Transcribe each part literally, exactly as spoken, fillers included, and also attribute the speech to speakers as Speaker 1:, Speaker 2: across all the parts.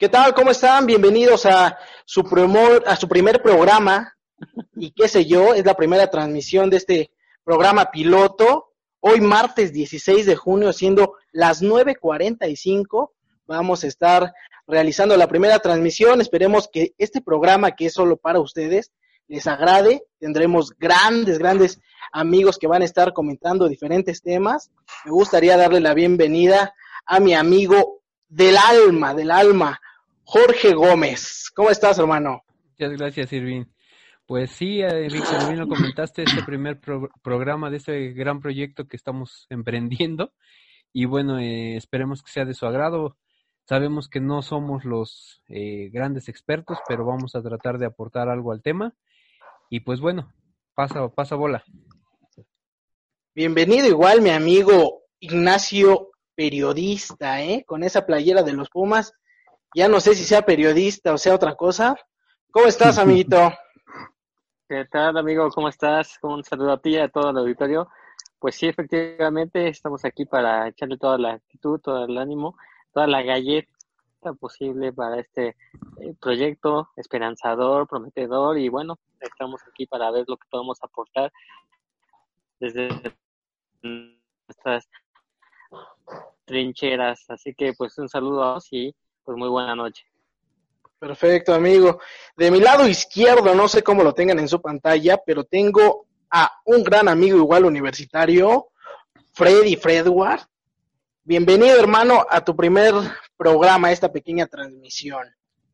Speaker 1: ¿Qué tal? ¿Cómo están? Bienvenidos a su, primer, a su primer programa, y qué sé yo, es la primera transmisión de este programa piloto. Hoy martes dieciséis de junio, siendo las nueve cuarenta y cinco, vamos a estar realizando la primera transmisión. Esperemos que este programa, que es solo para ustedes, les agrade. Tendremos grandes, grandes amigos que van a estar comentando diferentes temas. Me gustaría darle la bienvenida a mi amigo del alma, del alma, Jorge Gómez. ¿Cómo estás, hermano?
Speaker 2: Muchas gracias, Irving. Pues sí, eh, Víctor, bien lo comentaste, este primer pro- programa de este gran proyecto que estamos emprendiendo. Y bueno, eh, esperemos que sea de su agrado. Sabemos que no somos los eh, grandes expertos, pero vamos a tratar de aportar algo al tema. Y pues bueno, pasa, pasa bola.
Speaker 1: Bienvenido igual mi amigo Ignacio, periodista, ¿eh? Con esa playera de los Pumas. Ya no sé si sea periodista o sea otra cosa. ¿Cómo estás, amiguito?
Speaker 3: ¿Qué tal, amigo? ¿Cómo estás? Un saludo a ti y a todo el auditorio. Pues sí, efectivamente, estamos aquí para echarle toda la actitud, todo el ánimo, toda la galleta posible para este eh, proyecto esperanzador, prometedor, y bueno, estamos aquí para ver lo que podemos aportar desde nuestras trincheras. Así que pues un saludo a todos y pues muy buena noche.
Speaker 1: Perfecto, amigo. De mi lado izquierdo, no sé cómo lo tengan en su pantalla, pero tengo a un gran amigo igual universitario, Freddy Fredward. Bienvenido, hermano, a tu primer programa, esta pequeña transmisión.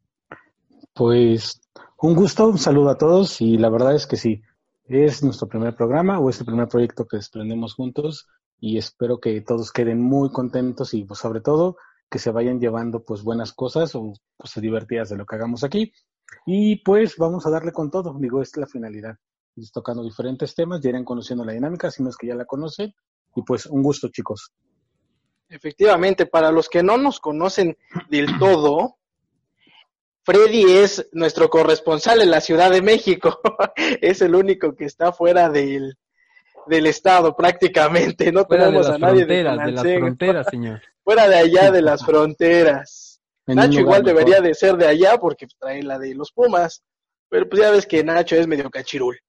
Speaker 4: Pues un gusto, un saludo a todos, y la verdad es que sí, es nuestro primer programa o este primer proyecto que desprendemos juntos, y espero que todos queden muy contentos y pues sobre todo que se vayan llevando pues buenas cosas o cosas divertidas de lo que hagamos aquí. Y pues vamos a darle con todo, digo, esta es la finalidad, es tocando diferentes temas, ya irán conociendo la dinámica, si no es que ya la conocen, y pues un gusto, chicos.
Speaker 1: Efectivamente, para los que no nos conocen del todo, Freddy es nuestro corresponsal en la Ciudad de México. Es el único que está fuera del, del estado prácticamente. No
Speaker 2: Fuera
Speaker 1: tenemos
Speaker 2: de las
Speaker 1: a nadie
Speaker 2: fronteras,
Speaker 1: de
Speaker 2: de las
Speaker 1: Tonantzin.
Speaker 2: fronteras, señor.
Speaker 1: Fuera de allá de las fronteras.
Speaker 4: En
Speaker 1: Nacho
Speaker 4: un lugar
Speaker 1: igual debería
Speaker 4: mejor.
Speaker 1: de ser de allá porque trae la de los Pumas. Pero pues ya ves que Nacho es medio cachirul.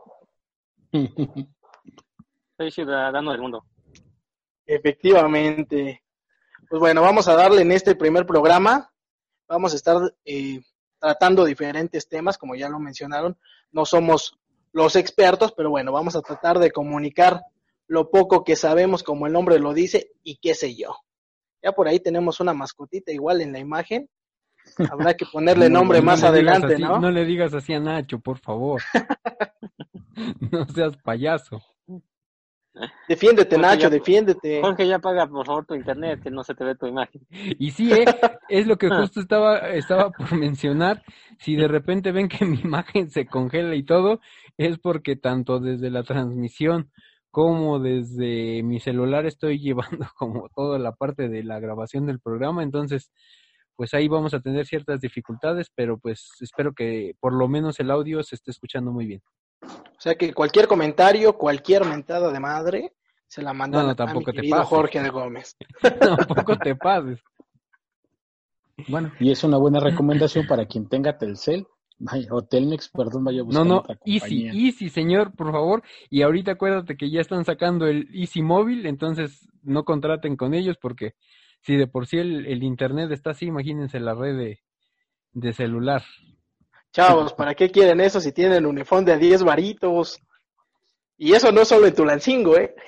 Speaker 3: Soy ciudadano del mundo.
Speaker 1: Efectivamente. Pues bueno, vamos a darle en este primer programa. Vamos a estar eh, tratando diferentes temas, como ya lo mencionaron. No somos los expertos, pero bueno, vamos a tratar de comunicar lo poco que sabemos, como el nombre lo dice, y qué sé yo. Ya por ahí tenemos una mascotita igual en la imagen. Habrá que ponerle
Speaker 4: Muy
Speaker 1: nombre
Speaker 4: bueno.
Speaker 1: más
Speaker 2: No le digas
Speaker 1: adelante,
Speaker 2: así,
Speaker 1: ¿no?
Speaker 2: no le digas así a Nacho, por favor. No seas payaso.
Speaker 1: Defiéndete,
Speaker 3: Jorge,
Speaker 1: Nacho,
Speaker 3: ya,
Speaker 1: defiéndete.
Speaker 3: Jorge, ya paga por favor tu internet, que no se te ve tu imagen.
Speaker 2: Y sí, eh, es lo que justo estaba, estaba por mencionar. Si de repente ven que mi imagen se congela y todo, es porque tanto desde la transmisión como desde mi celular estoy llevando como toda la parte de la grabación del programa. Entonces, pues ahí vamos a tener ciertas dificultades, pero pues espero que por lo menos el audio se esté escuchando muy bien.
Speaker 1: O sea que cualquier comentario, cualquier mentada de madre, se la mandan
Speaker 2: No, no,
Speaker 1: a mi
Speaker 2: tampoco te
Speaker 1: querido
Speaker 2: pases.
Speaker 1: Jorge de Gómez.
Speaker 2: Tampoco te pases.
Speaker 4: Bueno, y es una buena recomendación para quien tenga Telcel, vaya, o Telmex, perdón, vaya a
Speaker 2: No,
Speaker 4: buscar
Speaker 2: no,
Speaker 4: otra
Speaker 2: Easy,
Speaker 4: compañía.
Speaker 2: Easy, señor, por favor. Y ahorita acuérdate que ya están sacando el Easy Móvil, entonces no contraten con ellos porque si de por sí el, el internet está así, imagínense la red de, de celular.
Speaker 1: Chavos, ¿para qué quieren eso si tienen un iPhone de diez varitos? Y eso no solo en Tulancingo, ¿eh?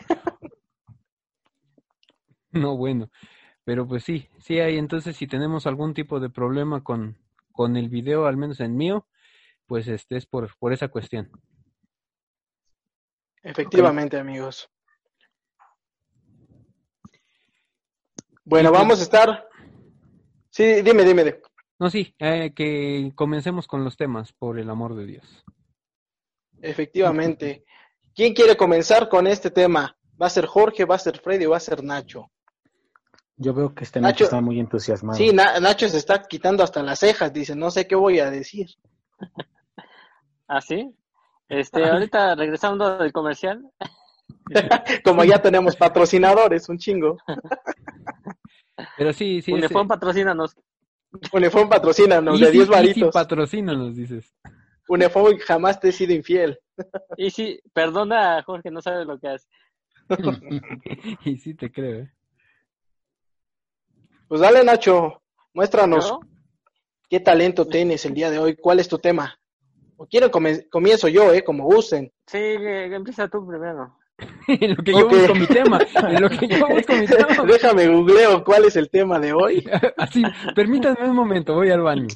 Speaker 2: No, bueno, pero pues sí, sí hay. Entonces si tenemos algún tipo de problema con, con el video, al menos en mío, pues este es por, por esa cuestión.
Speaker 1: Efectivamente, amigos.
Speaker 2: Y
Speaker 1: Bueno,
Speaker 2: pues,
Speaker 1: vamos a estar... Sí, dime, dime. dime.
Speaker 2: no, sí, eh, que comencemos con los temas, por el amor de Dios.
Speaker 1: Efectivamente. ¿Quién quiere comenzar con este tema? ¿Va a ser Jorge, va a ser Freddy o va a ser Nacho?
Speaker 4: Yo veo que este
Speaker 1: Nacho,
Speaker 4: Nacho está muy entusiasmado.
Speaker 1: Sí, Na- Nacho se está quitando hasta las cejas, dice, no sé qué voy a decir.
Speaker 3: ¿Ah, sí? Este, ahorita regresando del comercial.
Speaker 1: Como ya tenemos patrocinadores, un chingo.
Speaker 2: Pero sí, sí, es,
Speaker 3: Unifón, patrocínanos.
Speaker 1: Unifón patrocínanos
Speaker 2: Y
Speaker 1: de diez
Speaker 2: si
Speaker 1: varitos.
Speaker 2: patrocínanos, dices.
Speaker 1: Unifón jamás te he sido infiel.
Speaker 3: Y sí, perdona, Jorge, no sabe lo que hace.
Speaker 2: Y sí te creo, ¿eh?
Speaker 1: Pues dale, Nacho, muéstranos
Speaker 3: ¿Yo?
Speaker 1: qué talento tienes el día de hoy. ¿Cuál es tu tema? O quiero come- comienzo yo, eh, como gusten.
Speaker 3: Sí, que- que empieza tú primero.
Speaker 2: En lo que yo
Speaker 1: Ok.
Speaker 2: busco mi tema. En lo que yo busco mi tema.
Speaker 1: Déjame googleo cuál es el tema de hoy.
Speaker 2: Así, permítanme un momento, voy al baño.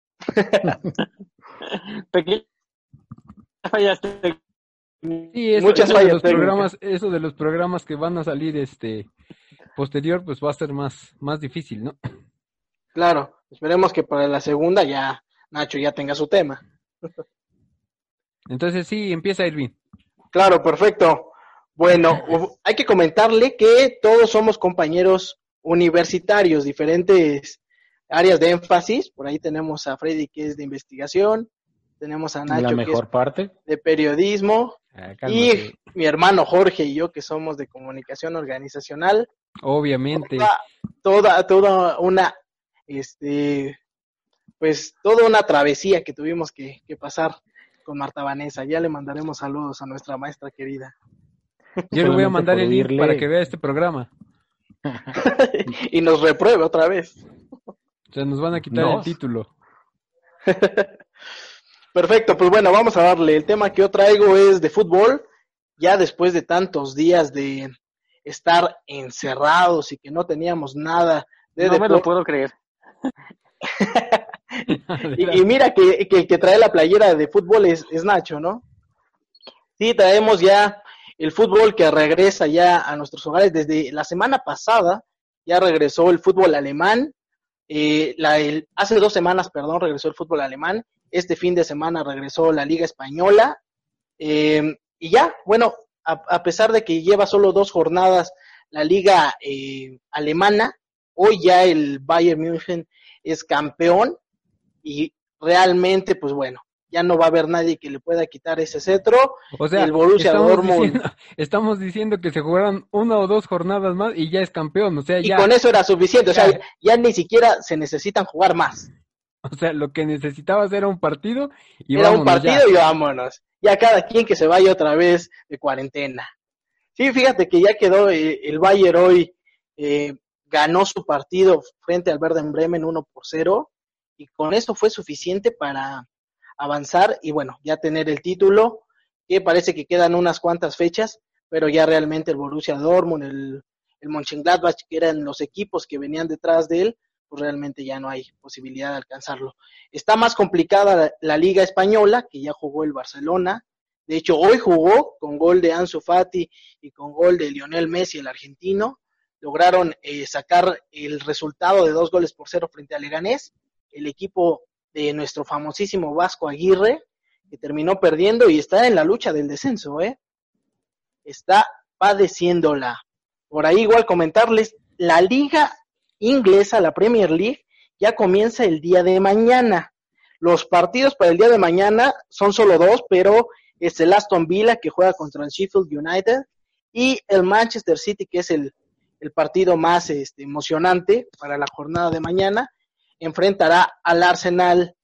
Speaker 3: Pequeñas fallas técnicas.
Speaker 2: Sí, eso,
Speaker 1: Muchas
Speaker 2: eso de
Speaker 1: fallas
Speaker 2: los
Speaker 1: técnicas.
Speaker 2: programas, eso de los programas que van a salir este posterior, pues va a ser más, más difícil, ¿no?
Speaker 1: Claro, esperemos que para la segunda ya Nacho ya tenga su tema.
Speaker 2: Entonces sí, empieza Irving.
Speaker 1: Claro, perfecto. Bueno, u- hay que comentarle que todos somos compañeros universitarios, diferentes áreas de énfasis. Por ahí tenemos a Freddy, que es de investigación, tenemos a
Speaker 4: La
Speaker 1: Nacho, que es
Speaker 4: mejor parte.
Speaker 1: de periodismo,
Speaker 2: Ah,
Speaker 1: y
Speaker 2: cálmate.
Speaker 1: mi hermano Jorge y yo, que somos de comunicación organizacional.
Speaker 2: Obviamente.
Speaker 1: Toda, toda, toda una, este, pues, toda una travesía que tuvimos que, que pasar con Marta Vanessa. Ya le mandaremos saludos a nuestra maestra querida.
Speaker 2: Yo le voy a
Speaker 4: Solamente
Speaker 2: mandar
Speaker 4: por
Speaker 2: el link
Speaker 4: oírle-
Speaker 2: para que vea este programa.
Speaker 1: Y nos repruebe otra vez.
Speaker 2: O sea, nos van a quitar
Speaker 4: No.
Speaker 2: el título.
Speaker 1: Perfecto, pues bueno, vamos a darle. El tema que yo traigo es de fútbol. Ya después de tantos días de estar encerrados y que no teníamos nada de
Speaker 3: No me lo
Speaker 1: deporte.
Speaker 3: puedo creer.
Speaker 1: Y, y mira que, que el que trae la playera de fútbol es, es Nacho, ¿no? Sí, traemos ya el fútbol que regresa ya a nuestros hogares. Desde la semana pasada ya regresó el fútbol alemán. Eh, la, el, hace dos semanas, perdón, regresó el fútbol alemán. Este fin de semana regresó la Liga Española. Eh, y ya, bueno, a, a pesar de que lleva solo dos jornadas la Liga eh, alemana, hoy ya el Bayern München es campeón y realmente, pues bueno, ya no va a haber nadie que le pueda quitar ese cetro.
Speaker 2: O sea,
Speaker 1: el Borussia
Speaker 2: estamos
Speaker 1: Dortmund,
Speaker 2: diciendo, estamos diciendo que se jugaron una o dos jornadas más y ya es campeón. O sea,
Speaker 1: y
Speaker 2: ya,
Speaker 1: con eso era suficiente, o sea,
Speaker 2: Ya.
Speaker 1: ya ni siquiera se necesitan jugar más.
Speaker 2: o sea, lo que necesitabas era un partido y
Speaker 1: Era un
Speaker 2: vámonos ya.
Speaker 1: partido y vámonos. Ya cada quien que se vaya otra vez de cuarentena. Sí, fíjate que ya quedó eh, el Bayern hoy, eh, ganó su partido frente al Werder Bremen uno por cero y con eso fue suficiente para avanzar y bueno, ya tener el título, que parece que quedan unas cuantas fechas, pero ya realmente el Borussia Dortmund, el, el Mönchengladbach, que eran los equipos que venían detrás de él, pues realmente ya no hay posibilidad de alcanzarlo. Está más complicada la, la Liga Española, que ya jugó el Barcelona. De hecho, hoy jugó con gol de Ansu Fati y con gol de Lionel Messi, el argentino. Lograron eh, sacar el resultado de dos goles por cero frente a Leganés, el equipo de nuestro famosísimo Vasco Aguirre, que terminó perdiendo y está en la lucha del descenso, ¿eh? Está padeciéndola. Por ahí igual comentarles, la liga inglesa, la Premier League, ya comienza el día de mañana. Los partidos para el día de mañana son solo dos, pero es el Aston Villa, que juega contra el Sheffield United, y el Manchester City, que es el, el partido más este, emocionante para la jornada de mañana, enfrentará al Arsenal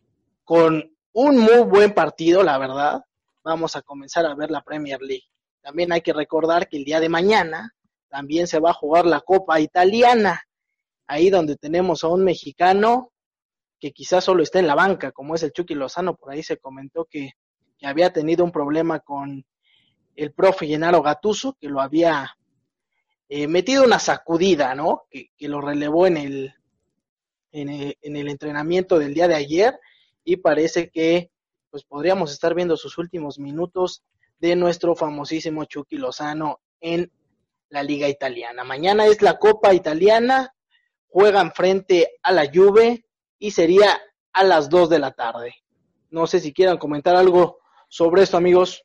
Speaker 1: con un muy buen partido, la verdad. Vamos a comenzar a ver la Premier League. También hay que recordar que el día de mañana también se va a jugar la Copa Italiana, ahí donde tenemos a un mexicano que quizás solo está en la banca, como es el Chucky Lozano. Por ahí se comentó que, que había tenido un problema con el profe Gennaro Gattuso, que lo había eh, metido una sacudida, ¿no? Que, que lo relevó en el, en el, en el entrenamiento del día de ayer, y parece que pues podríamos estar viendo sus últimos minutos de nuestro famosísimo Chucky Lozano en la Liga Italiana. Mañana es la Copa Italiana, juegan frente a la Juve y sería a las dos de la tarde. No sé si quieran comentar algo sobre esto, amigos.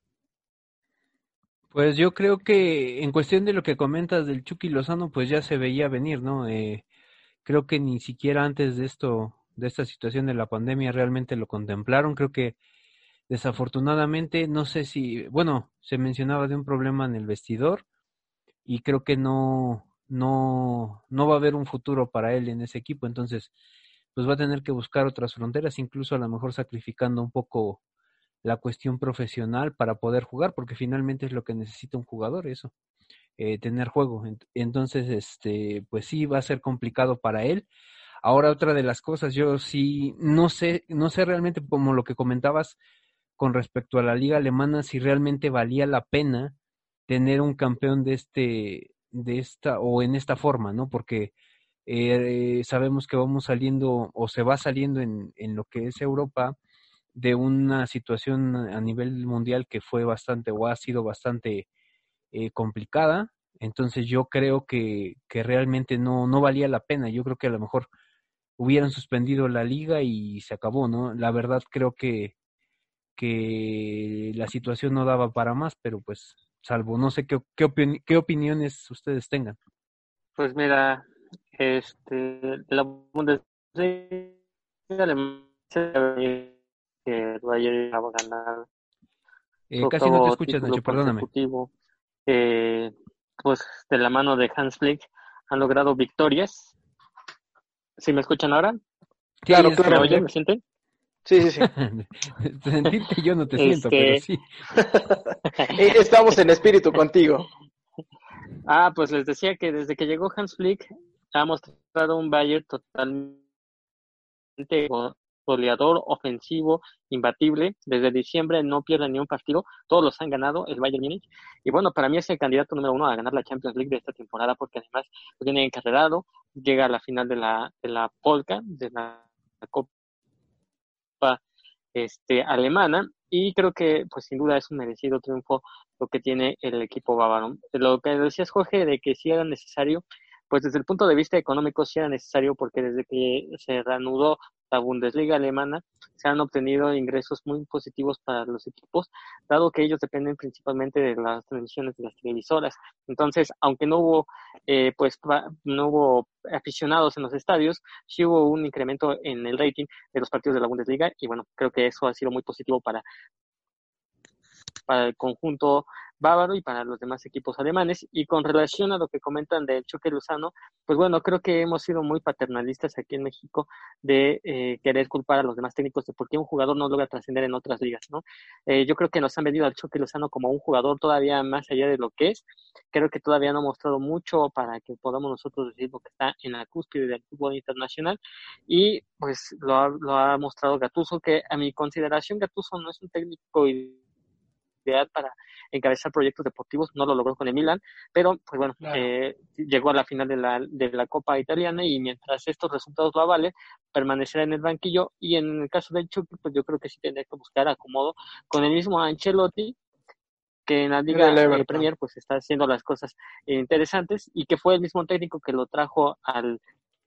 Speaker 2: Pues yo creo que en cuestión de lo que comentas del Chucky Lozano, pues ya se veía venir, ¿no? Eh, creo que ni siquiera antes de esto, de esta situación de la pandemia realmente lo contemplaron. Creo que desafortunadamente, no sé si, bueno, se mencionaba de un problema en el vestidor y creo que no, no, no va a haber un futuro para él en ese equipo. Entonces, pues va a tener que buscar otras fronteras, incluso a lo mejor sacrificando un poco la cuestión profesional para poder jugar, porque finalmente es lo que necesita un jugador, eso, eh, tener juego. Entonces, este, pues sí, va a ser complicado para él. Ahora, otra de las cosas, yo sí, no sé, no sé realmente, como lo que comentabas con respecto a la liga alemana, si realmente valía la pena tener un campeón de este, de esta, o en esta forma, ¿no? Porque eh, sabemos que vamos saliendo, o se va saliendo en, en lo que es Europa, de una situación a nivel mundial que fue bastante o ha sido bastante eh, complicada. Entonces yo creo que, que realmente no, no valía la pena. Yo creo que a lo mejor hubieran suspendido la liga y se acabó, ¿no? La verdad creo que, que la situación no daba para más, pero pues salvo, no sé qué, qué, opini- qué opiniones ustedes tengan.
Speaker 3: Pues mira, este, de la Bundesliga alemana que el Bayern va a ganar
Speaker 2: Eh,
Speaker 3: su
Speaker 2: casi no te
Speaker 3: octavo
Speaker 2: escuchas,
Speaker 3: título
Speaker 2: Nacho, perdóname.
Speaker 3: consecutivo. Eh, pues de la mano de Hans Flick han logrado victorias. ¿Sí me escuchan ahora?
Speaker 2: Sí,
Speaker 1: Claro,
Speaker 2: es
Speaker 3: ¿Me
Speaker 1: claro.
Speaker 3: oyen?
Speaker 2: perfecto.
Speaker 3: ¿Me sienten?
Speaker 1: Sí, sí, sí.
Speaker 2: Sentirte yo no te siento, pero
Speaker 3: Este,
Speaker 2: sí.
Speaker 1: Eh, Estamos en espíritu contigo.
Speaker 3: ah, pues les decía que desde que llegó Hans Flick ha mostrado un Bayern totalmente goleador, ofensivo, imbatible. Desde diciembre no pierde ni un partido, todos los han ganado el Bayern Múnich. Y bueno, para mí es el candidato número uno a ganar la Champions League de esta temporada, porque además lo tiene encarrerado, llega a la final de la, de la Polka, de la Copa este, alemana, y creo que pues sin duda es un merecido triunfo lo que tiene el equipo bávaro. Lo que decías, Jorge, de que sí era necesario, pues desde el punto de vista económico sí era necesario, porque desde que se reanudó la Bundesliga alemana se han obtenido ingresos muy positivos para los equipos, dado que ellos dependen principalmente de las transmisiones de las televisoras. Entonces, aunque no hubo eh, pues no hubo aficionados en los estadios, sí hubo un incremento en el rating de los partidos de la Bundesliga, y bueno, creo que eso ha sido muy positivo para, para el conjunto bávaro y para los demás equipos alemanes. Y con relación a lo que comentan del Chucky Lozano, pues bueno, creo que hemos sido muy paternalistas aquí en México de eh, querer culpar a los demás técnicos de por qué un jugador no logra trascender en otras ligas, ¿no? Eh, yo creo que nos han vendido al Chucky Lozano como un jugador todavía más allá de lo que es. Creo que todavía no ha mostrado mucho para que podamos nosotros decir lo que está en la cúspide del fútbol internacional, y pues lo ha, lo ha mostrado Gattuso, que a mi consideración Gattuso no es un técnico ideal para encabezar proyectos deportivos, no lo logró con el Milan, pero pues bueno,
Speaker 1: Claro.
Speaker 3: eh, llegó a la final de la, de la Copa Italiana, y mientras estos resultados lo avalen, permanecerá en el banquillo. Y en el caso del Chucky, pues yo creo que sí tendría que buscar acomodo con el mismo Ancelotti, que en la Liga eh, Premier pues está haciendo las cosas eh, interesantes, y que fue el mismo técnico que lo trajo al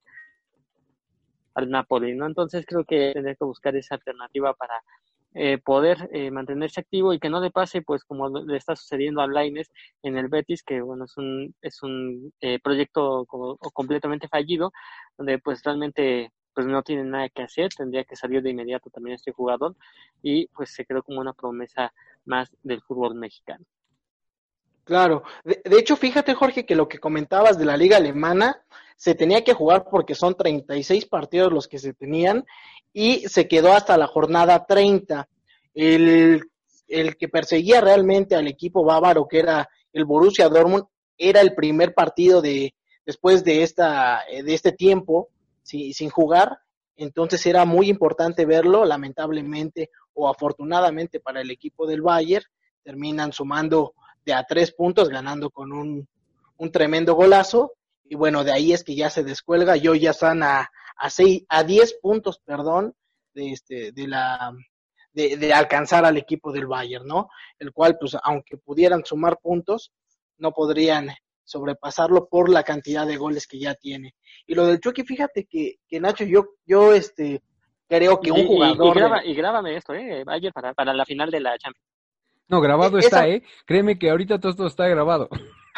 Speaker 3: al Napoli, ¿no? Entonces creo que tendría que buscar esa alternativa para eh, poder eh, mantenerse activo, y que no le pase pues como le está sucediendo a Lainez en el Betis, que bueno, es un es un eh, proyecto como, completamente fallido, donde pues realmente pues no tiene nada que hacer, tendría que salir de inmediato también este jugador, y pues se quedó como una promesa más del fútbol mexicano.
Speaker 1: Claro, de, de hecho, fíjate, Jorge, que lo que comentabas de la liga alemana se tenía que jugar porque son treinta y seis partidos los que se tenían, y se quedó hasta la jornada treinta. El, el que perseguía realmente al equipo bávaro, que era el Borussia Dortmund, era el primer partido de después de esta de este tiempo sí, sin jugar. Entonces era muy importante verlo. Lamentablemente o afortunadamente para el equipo del Bayern, terminan sumando de a tres puntos, ganando con un, un tremendo golazo, y bueno, de ahí es que ya se descuelga, y hoy ya están a, a, seis, a diez puntos, perdón, de, este, de, la, de, de alcanzar al equipo del Bayern, ¿no? El cual, pues, aunque pudieran sumar puntos, no podrían sobrepasarlo por la cantidad de goles que ya tiene. Y lo del Chucky, fíjate que, que Nacho, yo, yo este, creo que
Speaker 3: Y,
Speaker 1: un jugador...
Speaker 3: y, y, graba,
Speaker 1: de...
Speaker 3: y grábame esto, ¿eh? Bayern para, para la final de la Champions.
Speaker 2: No, grabado
Speaker 1: Esa...
Speaker 2: está, ¿eh? Créeme que ahorita todo esto está grabado.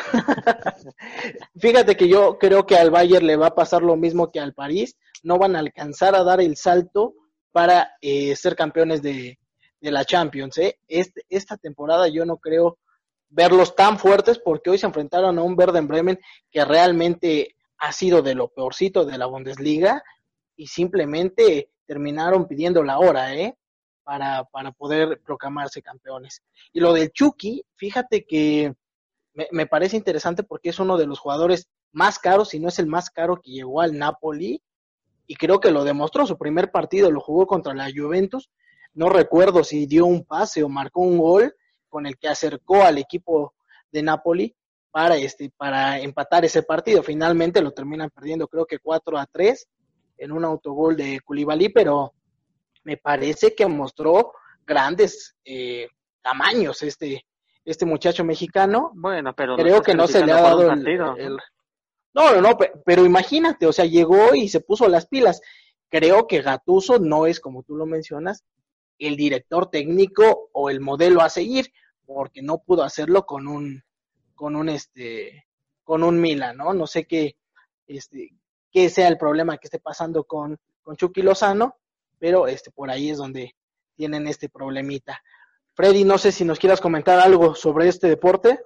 Speaker 1: Fíjate que yo creo que al Bayern le va a pasar lo mismo que al París. No van a alcanzar a dar el salto para eh, ser campeones de, de la Champions. ¿eh? Este, esta temporada yo no creo verlos tan fuertes, porque hoy se enfrentaron a un Werder Bremen que realmente ha sido de lo peorcito de la Bundesliga, y simplemente terminaron pidiendo la hora, ¿eh? Para, para poder proclamarse campeones. Y lo del Chucky, fíjate que me, me parece interesante porque es uno de los jugadores más caros, si no es el más caro que llegó al Napoli, y creo que lo demostró. Su primer partido lo jugó contra la Juventus, no recuerdo si dio un pase o marcó un gol con el que acercó al equipo de Napoli para este para empatar ese partido. Finalmente lo terminan perdiendo, creo que cuatro a tres en un autogol de Koulibaly, pero me parece que mostró grandes eh, tamaños este este muchacho mexicano.
Speaker 3: Bueno, pero
Speaker 1: creo que no se le ha dado el,
Speaker 3: partido,
Speaker 1: el... No, no, no, pero imagínate, o sea, llegó y se puso las pilas. Creo que Gattuso no es, como tú lo mencionas, el director técnico o el modelo a seguir, porque no pudo hacerlo con un con un este con un Milan, ¿no? No sé qué este qué sea el problema que esté pasando con con Chucky Lozano, pero este por ahí es donde tienen este problemita. Freddy, no sé si nos quieras comentar algo sobre este deporte.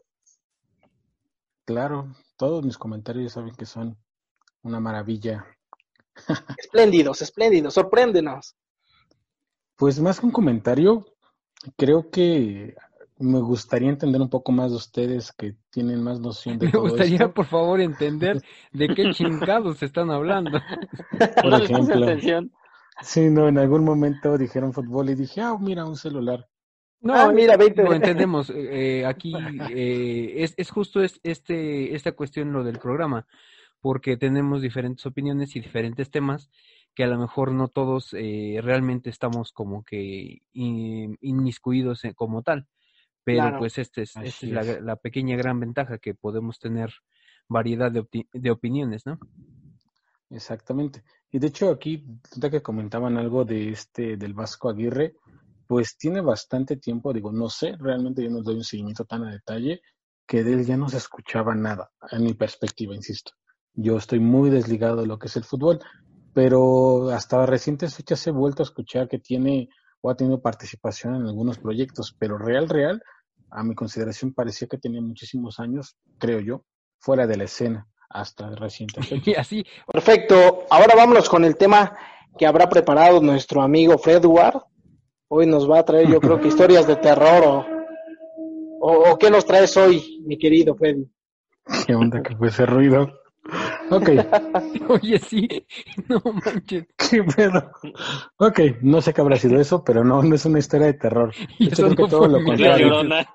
Speaker 4: Claro, todos mis comentarios saben que son una maravilla.
Speaker 1: Espléndidos, espléndidos, sorpréndenos.
Speaker 4: Pues más que un comentario, creo que me gustaría entender un poco más de ustedes que tienen más noción de
Speaker 2: Me
Speaker 4: todo
Speaker 2: gustaría,
Speaker 4: esto.
Speaker 2: por favor, entender de qué chingados están hablando.
Speaker 4: Por
Speaker 3: no le puse
Speaker 4: ejemplo,
Speaker 3: atención.
Speaker 4: sí, no, en algún momento dijeron fútbol y dije, ah, mira, un celular.
Speaker 2: No,
Speaker 1: Ah, mira, veinte.
Speaker 2: lo entendemos. Eh, aquí eh, es, es justo es, este esta cuestión lo del programa, porque tenemos diferentes opiniones y diferentes temas que a lo mejor no todos eh, realmente estamos como que in, inmiscuidos en- como tal, pero
Speaker 1: Claro.
Speaker 2: pues este es, esta
Speaker 4: Así
Speaker 2: es la,
Speaker 4: es.
Speaker 2: la pequeña gran ventaja que podemos tener variedad de, opti- de opiniones, ¿no?
Speaker 4: Exactamente. Y de hecho aquí, ya que comentaban algo de este, del Vasco Aguirre, pues tiene bastante tiempo, digo, no sé, realmente yo no doy un seguimiento tan a detalle, que de él ya no se escuchaba nada, en mi perspectiva, insisto. Yo estoy muy desligado de lo que es el fútbol, pero hasta recientes fechas he vuelto a escuchar que tiene o ha tenido participación en algunos proyectos, pero real, real, a mi consideración parecía que tenía muchísimos años, creo yo, fuera de la escena hasta recientes
Speaker 2: Y
Speaker 4: fechas.
Speaker 2: así,
Speaker 1: Perfecto. Ahora vámonos con el tema que habrá preparado nuestro amigo Fredward. Hoy nos va a traer, yo creo que historias de terror o, o, o qué nos traes hoy, mi querido Freddy.
Speaker 4: ¿Qué onda que fue ese ruido? Ok,
Speaker 2: oye, sí, no manches.
Speaker 4: qué pedo. Ok, no sé qué habrá sido eso, pero no, no es una historia de terror.
Speaker 2: Y
Speaker 4: De hecho,
Speaker 2: eso
Speaker 4: creo que
Speaker 2: no
Speaker 4: todo
Speaker 2: fue
Speaker 4: lo
Speaker 2: mi
Speaker 3: La
Speaker 4: contrario.
Speaker 3: Llorona.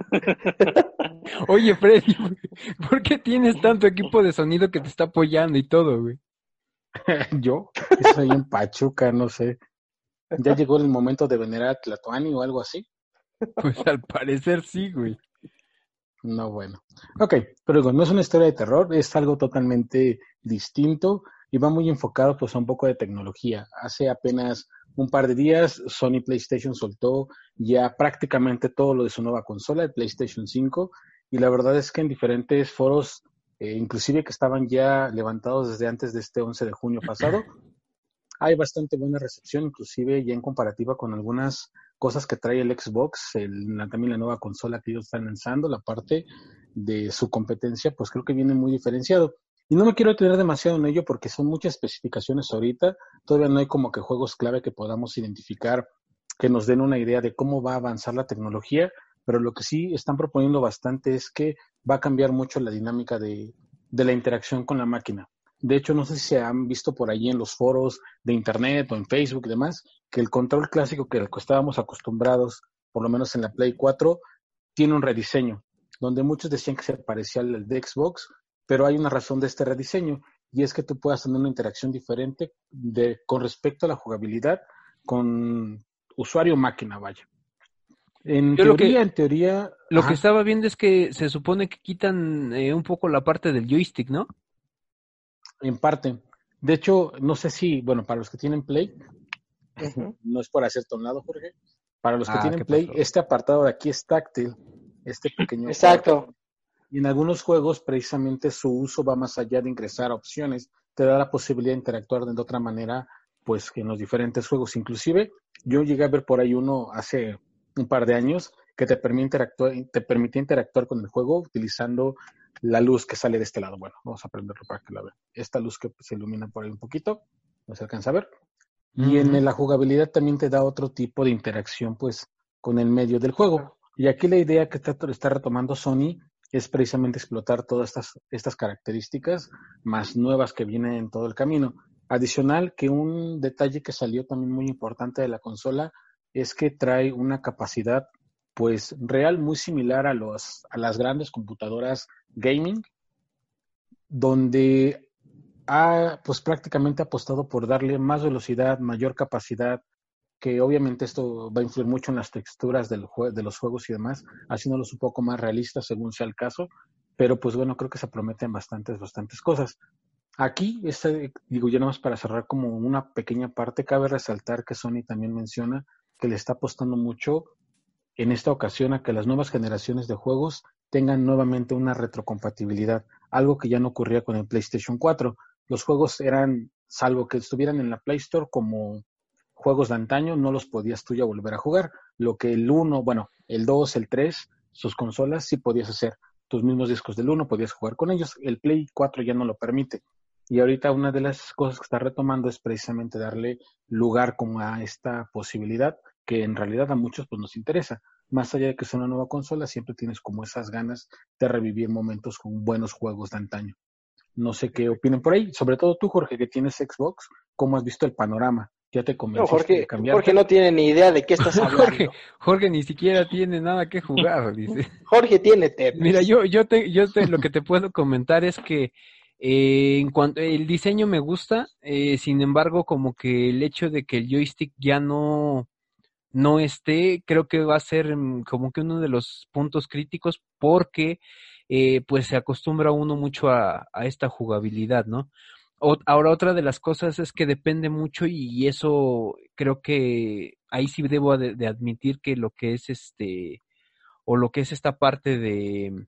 Speaker 2: Oye, Freddy, ¿por qué tienes tanto equipo de sonido que te está apoyando y todo, güey?
Speaker 4: Yo, eso ahí en Pachuca, no sé. ¿Ya llegó el momento de venerar a Tlatoani o algo así?
Speaker 2: Pues al parecer sí, güey.
Speaker 4: No, bueno. Ok, pero digo, no es una historia de terror, es algo totalmente distinto y va muy enfocado pues a un poco de tecnología. Hace apenas un par de días Sony PlayStation soltó ya prácticamente todo lo de su nueva consola, el PlayStation cinco, y la verdad es que en diferentes foros, eh, inclusive que estaban ya levantados desde antes de este once de junio pasado, hay bastante buena recepción, inclusive ya en comparativa con algunas cosas que trae el Xbox, el, la, también la nueva consola que ellos están lanzando, la parte de su competencia, pues creo que viene muy diferenciado. Y no me quiero detener demasiado en ello porque son muchas especificaciones ahorita, todavía no hay como que juegos clave que podamos identificar que nos den una idea de cómo va a avanzar la tecnología, pero lo que sí están proponiendo bastante es que va a cambiar mucho la dinámica de, de la interacción con la máquina. De hecho, no sé si se han visto por ahí en los foros de internet o en Facebook y demás, que el control clásico que al que estábamos acostumbrados, por lo menos en la Play cuatro, tiene un rediseño, donde muchos decían que se parecía al de Xbox, pero hay una razón de este rediseño, y es que tú puedas tener una interacción diferente de, con respecto a la jugabilidad con usuario-máquina, vaya. En
Speaker 2: Yo lo
Speaker 4: teoría,
Speaker 2: que
Speaker 4: en teoría...
Speaker 2: lo que
Speaker 4: Ajá,
Speaker 2: estaba viendo es que se supone que quitan eh, un poco la parte del joystick, ¿no?
Speaker 4: en parte. De hecho, no sé si, bueno, para los que tienen Play,
Speaker 1: Uh-huh.
Speaker 4: no es por hacerte a un lado, Jorge. Para los que
Speaker 2: Ah,
Speaker 4: tienen
Speaker 2: ¿qué
Speaker 4: Play,
Speaker 2: pasó?
Speaker 4: este apartado de aquí es táctil, este pequeño
Speaker 1: Exacto.
Speaker 4: cuadro. Y en algunos juegos, precisamente, su uso va más allá de ingresar a opciones. Te da la posibilidad de interactuar de otra manera, pues, que en los diferentes juegos. Inclusive, yo llegué a ver por ahí uno hace un par de años que te permite interactuar, te permitía interactuar con el juego utilizando la luz que sale de este lado. Bueno, vamos a prenderlo para que la vean. Esta luz que se ilumina por ahí un poquito, no se alcanza a ver. Y uh-huh. en la jugabilidad también te da otro tipo de interacción, pues, con el medio del juego. Y aquí la idea que está, está retomando Sony es precisamente explotar todas estas, estas características más nuevas que vienen en todo el camino. Adicional, que un detalle que salió también muy importante de la consola es que trae una capacidad, pues, real muy similar a, los, a las grandes computadoras gaming, donde ha, pues, prácticamente apostado por darle más velocidad, mayor capacidad, que obviamente esto va a influir mucho en las texturas del jue- de los juegos y demás, haciéndolos un poco más realistas según sea el caso, pero pues bueno, creo que se prometen bastantes, bastantes cosas. Aquí, este, digo, ya nada más para cerrar como una pequeña parte, cabe resaltar que Sony también menciona que le está apostando mucho en esta ocasión a que las nuevas generaciones de juegos tengan nuevamente una retrocompatibilidad, algo que ya no ocurría con el PlayStation cuatro. Los juegos eran, salvo que estuvieran en la Play Store como juegos de antaño, no los podías tú ya volver a jugar. Lo que el uno, bueno, el dos, el tres, sus consolas sí podías hacer. Tus mismos discos del uno podías jugar con ellos. El Play cuatro ya no lo permite. Y ahorita una de las cosas que está retomando es precisamente darle lugar como a esta posibilidad que en realidad a muchos pues nos interesa. Más allá de que sea una nueva consola, siempre tienes como esas ganas de revivir momentos con buenos juegos de antaño. No sé qué opinen por ahí, sobre todo tú, Jorge, que tienes Xbox, ¿cómo has visto el panorama? ¿Ya te convenciste
Speaker 1: no, Jorge,
Speaker 4: de cambiarte?
Speaker 1: Jorge no tiene ni idea de qué estás hablando.
Speaker 2: Jorge, Jorge ni siquiera tiene nada que jugar, dice.
Speaker 1: Jorge tiene Tetris.
Speaker 2: Mira, yo, yo te, yo te, lo que te puedo comentar es que eh, en cuanto el diseño me gusta, eh, sin embargo, como que el hecho de que el joystick ya no, no esté, creo que va a ser mm, como que uno de los puntos críticos porque eh, pues se acostumbra uno mucho a, a esta jugabilidad, ¿no? O, ahora otra de las cosas es que depende mucho y eso creo que ahí sí debo de, de admitir que lo que es este o lo que es esta parte de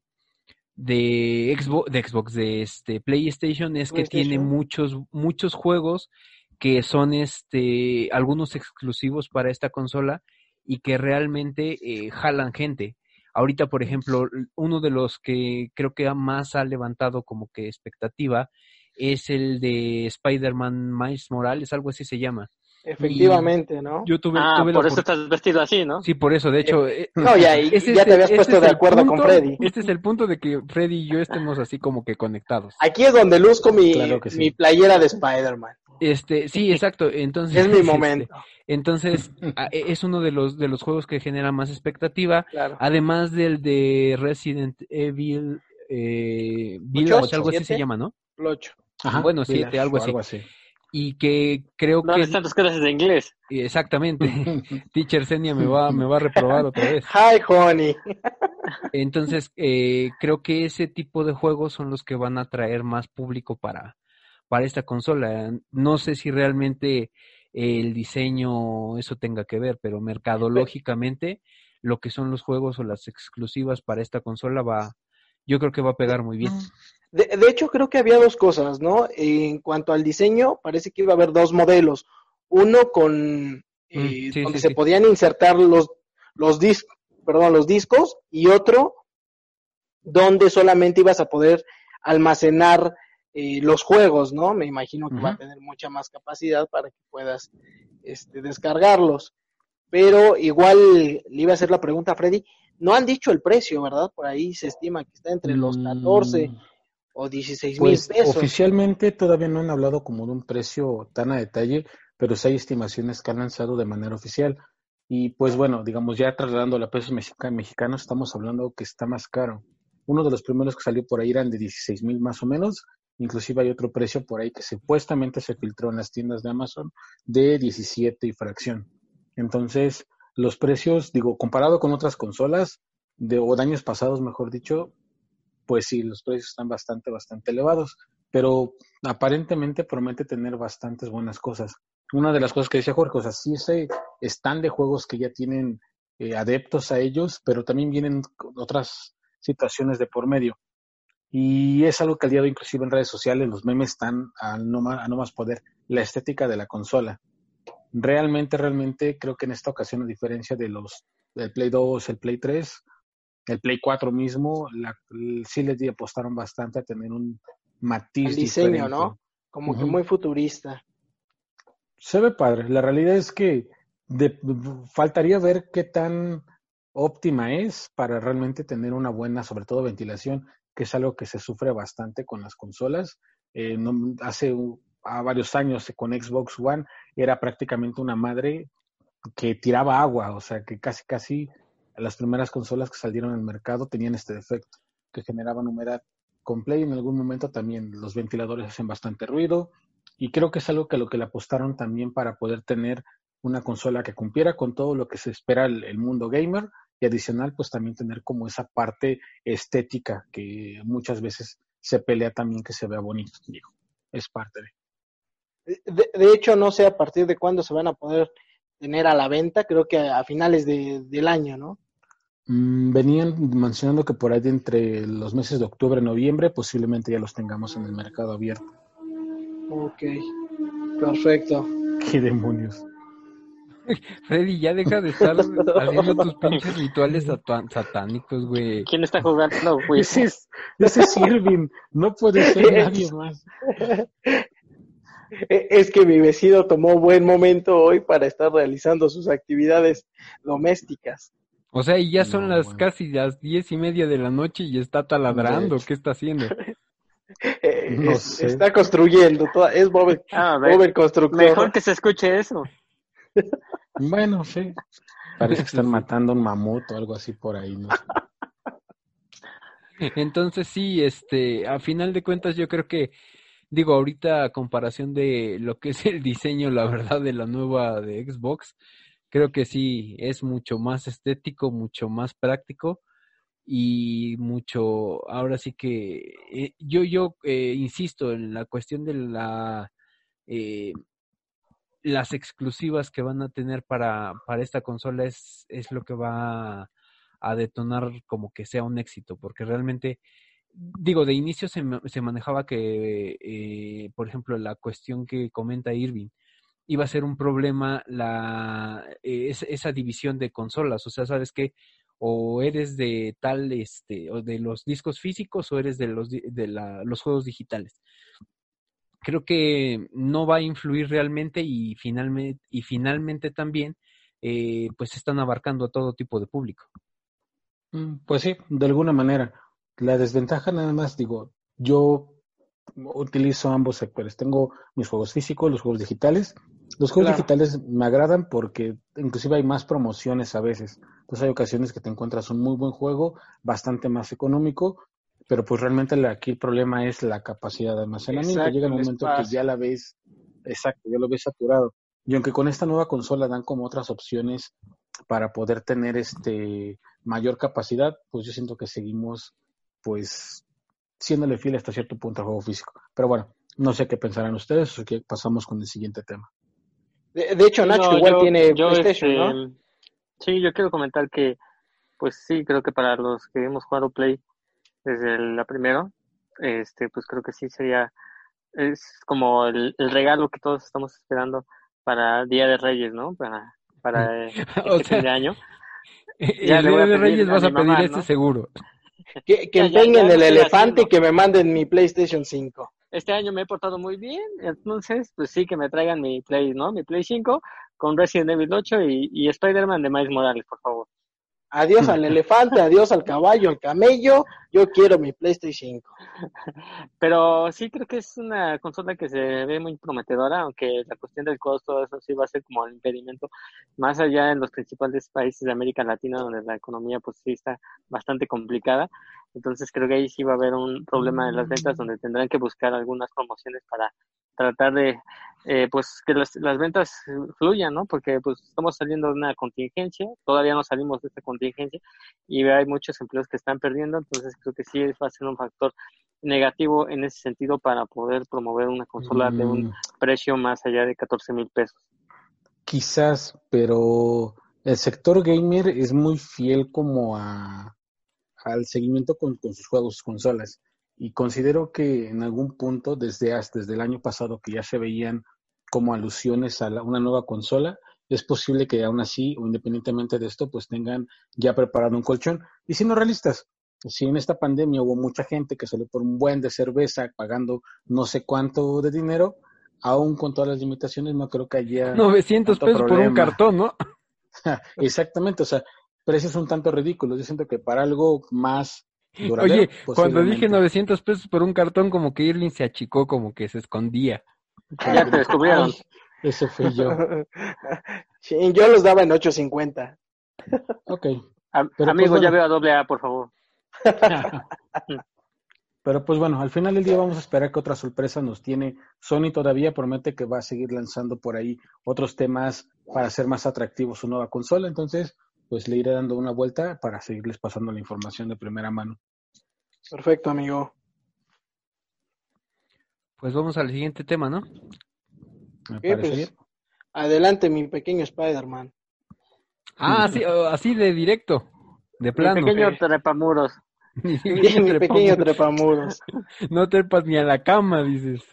Speaker 2: de Xbox, de Xbox, de este PlayStation es que tiene muchos muchos juegos que son este algunos exclusivos para esta consola y que realmente eh, jalan gente. Ahorita, por ejemplo, uno de los que creo que más ha levantado como que expectativa es el de Spider-Man Miles Morales, algo así se llama.
Speaker 1: Efectivamente, y ¿no?
Speaker 2: Yo tuve,
Speaker 3: ah,
Speaker 2: tuve
Speaker 3: por
Speaker 2: la
Speaker 3: eso estás vestido así, ¿no?
Speaker 2: Sí, por eso, de hecho...
Speaker 1: Eh, no, ya, y,
Speaker 2: este
Speaker 1: ya
Speaker 2: es,
Speaker 1: te habías
Speaker 2: este
Speaker 1: puesto
Speaker 2: es
Speaker 1: de acuerdo
Speaker 2: punto,
Speaker 1: con Freddy.
Speaker 2: Este es el punto de que Freddy y yo estemos así como que conectados.
Speaker 1: Aquí es donde luzco mi,
Speaker 4: claro que sí.
Speaker 1: mi playera de Spider-Man.
Speaker 2: Este, sí, exacto. Entonces,
Speaker 1: es mi momento.
Speaker 2: Este, entonces, es uno de los de los juegos que genera más expectativa.
Speaker 1: Claro.
Speaker 2: Además del de Resident Evil eh, Village, ocho, algo así se llama, ¿no?
Speaker 1: ocho.
Speaker 2: Ajá, bueno, siete, algo así.
Speaker 4: algo así.
Speaker 2: Y que creo
Speaker 3: no,
Speaker 2: que...
Speaker 3: No están tus clases de inglés.
Speaker 2: Exactamente. Teacher Senia me va, me va a reprobar otra vez.
Speaker 1: Hi, honey.
Speaker 2: Entonces, eh, creo que ese tipo de juegos son los que van a atraer más público para, para esta consola. No sé si realmente el diseño eso tenga que ver, pero mercadológicamente lo que son los juegos o las exclusivas para esta consola va, yo creo que va a pegar muy bien.
Speaker 1: De, de hecho, creo que había dos cosas, ¿no? En cuanto al diseño, parece que iba a haber dos modelos. Uno con eh,
Speaker 2: mm, sí,
Speaker 1: donde
Speaker 2: sí,
Speaker 1: se
Speaker 2: sí.
Speaker 1: podían insertar los los discos, perdón, los discos, y otro donde solamente ibas a poder almacenar eh, los juegos, ¿no? Me imagino que uh-huh. va a tener mucha más capacidad para que puedas este, descargarlos. Pero igual le iba a hacer la pregunta a Freddy. No han dicho el precio, ¿verdad? Por ahí se estima que está entre los catorce mm. o dieciséis mil
Speaker 4: pues,
Speaker 1: pesos.
Speaker 4: Oficialmente todavía no han hablado como de un precio tan a detalle, pero sí hay estimaciones que han lanzado de manera oficial. Y pues bueno, digamos, ya trasladando a pesos mexicanos, estamos hablando que está más caro. Uno de los primeros que salió por ahí eran de dieciséis mil más o menos. Inclusive hay otro precio por ahí que supuestamente se filtró en las tiendas de Amazon de diecisiete y fracción. Entonces, los precios, digo, comparado con otras consolas de, o de años pasados, mejor dicho, pues sí, los precios están bastante, bastante elevados. Pero aparentemente promete tener bastantes buenas cosas. Una de las cosas que decía Jorge, o sea, sí se están de juegos que ya tienen eh, adeptos a ellos, pero también vienen otras situaciones de por medio. Y es algo que al día de hoy, inclusive en redes sociales, los memes están a no más, a no más poder. La estética de la consola. Realmente, realmente creo que en esta ocasión, a diferencia de los del Play dos, el Play tres, el Play cuatro mismo, la, sí les apostaron bastante a tener un matiz
Speaker 1: el diseño,
Speaker 4: diferente.
Speaker 1: ¿no? Como uh-huh. que muy futurista.
Speaker 4: Se ve padre. La realidad es que de, faltaría ver qué tan óptima es para realmente tener una buena, sobre todo ventilación, que es algo que se sufre bastante con las consolas. Eh, no, hace a varios años con Xbox One era prácticamente una madre que tiraba agua, o sea que casi casi las primeras consolas que salieron al mercado tenían este defecto, que generaban humedad. Con Play en algún momento también los ventiladores hacen bastante ruido y creo que es algo que a lo que le apostaron también para poder tener una consola que cumpliera con todo lo que se espera el, el mundo gamer y adicional pues también tener como esa parte estética que muchas veces se pelea también que se vea bonito, digo, es parte de.
Speaker 1: De, de hecho, no sé a partir de cuándo se van a poder tener a la venta, creo que a, a finales de, del año, ¿no?
Speaker 4: Mm, venían mencionando que por ahí de entre los meses de octubre y noviembre posiblemente ya los tengamos en el mercado abierto.
Speaker 1: Ok, perfecto.
Speaker 4: ¿Qué demonios?
Speaker 2: Freddy, ya deja de estar haciendo tus pinches rituales satan- satánicos, güey.
Speaker 3: ¿Quién está jugando, güey?
Speaker 4: Ese es, ese es Irving, no puede ser nadie más.
Speaker 1: Es que mi vecino tomó buen momento hoy para estar realizando sus actividades domésticas.
Speaker 2: O sea, y ya son
Speaker 4: No,
Speaker 2: las
Speaker 4: bueno.
Speaker 2: casi las diez y media de la noche y está taladrando. ¿Qué está haciendo?
Speaker 1: Eh,
Speaker 4: No
Speaker 1: es-
Speaker 4: sé.
Speaker 1: Está construyendo, toda, es Bob el,
Speaker 3: Ah, ve-
Speaker 1: Bob el constructor.
Speaker 3: Mejor que se escuche eso.
Speaker 4: Bueno, sí. Parece que
Speaker 2: Eso
Speaker 4: están
Speaker 2: sí.
Speaker 4: matando un mamut o algo así por ahí, ¿no?
Speaker 2: Entonces sí, este, a final de cuentas yo creo que, digo, ahorita a comparación de lo que es el diseño, la verdad, de la nueva de Xbox, creo que sí es mucho más estético, mucho más práctico y mucho, ahora sí que eh, yo yo eh, insisto en la cuestión de la eh, las exclusivas que van a tener para, para esta consola es, es lo que va a, a detonar como que sea un éxito, porque realmente, digo, de inicio se, ma- se manejaba que, eh, por ejemplo, la cuestión que comenta Irving, iba a ser un problema la eh, es- esa división de consolas, o sea, sabes que o eres de tal, este, o de los discos físicos o eres de los di- de la, los juegos digitales. Creo que no va a influir realmente y finalmente, y finalmente también eh, pues están abarcando a todo tipo de público.
Speaker 4: Mm, Pues sí, de alguna manera. La desventaja nada más, digo, yo utilizo ambos sectores. Tengo mis juegos físicos, los juegos digitales. Los juegos
Speaker 1: Claro.
Speaker 4: digitales me agradan porque inclusive hay más promociones a veces. Entonces hay ocasiones que te encuentras un muy buen juego, bastante más económico, pero pues realmente la- aquí el problema es la capacidad de almacenamiento. Llega
Speaker 1: Exacto,
Speaker 4: el
Speaker 1: el
Speaker 4: momento que ya
Speaker 1: espacio.
Speaker 4: la ves, exacto, ya lo ves saturado. Y aunque con esta nueva consola dan como otras opciones para poder tener este mayor capacidad, pues yo siento que seguimos pues siéndole fiel hasta cierto punto al juego físico. Pero bueno, no sé qué pensarán ustedes, así que pasamos con el siguiente tema.
Speaker 1: De, de hecho,
Speaker 3: Sí,
Speaker 1: Nacho
Speaker 3: no,
Speaker 1: igual
Speaker 3: yo,
Speaker 1: tiene
Speaker 3: yo,
Speaker 1: PlayStation,
Speaker 3: este,
Speaker 1: ¿no?
Speaker 3: sí, yo quiero comentar que, pues sí, creo que para los que hemos jugado Play desde la primera, este, pues creo que sí sería, es como el, el regalo que todos estamos esperando para Día de Reyes, ¿no? Para, para eh,
Speaker 2: O
Speaker 3: este fin
Speaker 2: sea,
Speaker 3: de año. Ya
Speaker 2: el
Speaker 3: le voy
Speaker 2: Día
Speaker 3: a
Speaker 2: de
Speaker 3: pedir
Speaker 2: Reyes
Speaker 3: a
Speaker 2: vas
Speaker 3: mi
Speaker 2: a pedir
Speaker 3: mamá,
Speaker 2: este
Speaker 3: ¿no?
Speaker 2: seguro.
Speaker 1: Que, que
Speaker 3: Ya, ya,
Speaker 1: empeñen
Speaker 3: ya lo
Speaker 1: el
Speaker 3: estoy
Speaker 1: elefante y
Speaker 3: haciendo.
Speaker 1: que me manden mi PlayStation cinco.
Speaker 3: Este año me he portado muy bien, entonces, pues sí, que me traigan mi Play, ¿no? Mi Play cinco con Resident Evil ocho y, y Spider-Man de Miles Morales, por favor.
Speaker 1: Adiós al elefante, adiós al caballo, al camello. Yo quiero mi PlayStation cinco.
Speaker 3: Pero sí creo que es una consola que se ve muy prometedora, aunque la cuestión del costo, eso sí va a ser como el impedimento, más allá en los principales países de América Latina, donde la economía pues sí está bastante complicada. Entonces creo que ahí sí va a haber un problema en las ventas, donde tendrán que buscar algunas promociones para tratar de, eh, pues, que las, las ventas fluyan, ¿no? Porque pues estamos saliendo de una contingencia, todavía no salimos de esta contingencia y hay muchos empleos que están perdiendo, entonces creo que sí va a ser un factor negativo en ese sentido para poder promover una consola de un
Speaker 4: Mm,
Speaker 3: precio más allá de catorce mil pesos.
Speaker 4: quizás, pero el sector gamer es muy fiel como a, al seguimiento con, con sus juegos, sus consolas. Y considero que en algún punto, desde, hasta- desde el año pasado, que ya se veían como alusiones a la- una nueva consola, es posible que aún así, o independientemente de esto, pues tengan ya preparado un colchón. Y siendo realistas, si en esta pandemia hubo mucha gente que salió por un buen de cerveza pagando no sé cuánto de dinero, aún con todas las limitaciones, no creo que haya
Speaker 2: novecientos
Speaker 4: tanto
Speaker 2: pesos por un
Speaker 4: problema.
Speaker 2: cartón, ¿no?
Speaker 4: Exactamente, o sea, precios un tanto ridículos. Yo siento que para algo más duradero,
Speaker 2: Oye, cuando dije
Speaker 4: posiblemente.
Speaker 2: novecientos pesos por un cartón, como que Irving se achicó, como que se escondía.
Speaker 3: Ya te descubrieron.
Speaker 4: Ay, ese fui yo.
Speaker 1: Sí, yo los daba en ocho cincuenta.
Speaker 4: Ok.
Speaker 3: Am-
Speaker 4: Pero
Speaker 3: amigo,
Speaker 4: pues
Speaker 3: ya
Speaker 4: bueno.
Speaker 3: veo a doble A, por favor.
Speaker 4: Pero pues bueno, al final del día vamos a esperar que otra sorpresa nos tiene. Sony todavía promete que va a seguir lanzando por ahí otros temas para hacer más atractivo su nueva consola. Entonces, pues le iré dando una vuelta para seguirles pasando la información de primera mano.
Speaker 1: Perfecto, amigo.
Speaker 2: Pues vamos al siguiente tema, ¿no?
Speaker 4: Me
Speaker 1: Ok,
Speaker 4: parece
Speaker 1: pues
Speaker 4: bien.
Speaker 1: adelante, mi pequeño Spider-Man.
Speaker 2: Ah, sí, oh, así de directo, de
Speaker 3: Mi
Speaker 2: plano.
Speaker 3: pequeño
Speaker 1: Sí.
Speaker 3: trepamuros.
Speaker 2: Ni
Speaker 1: Mi,
Speaker 2: pequeño
Speaker 1: mi pequeño
Speaker 2: trepamuros.
Speaker 1: trepamuros.
Speaker 2: No trepas ni a la cama, dices.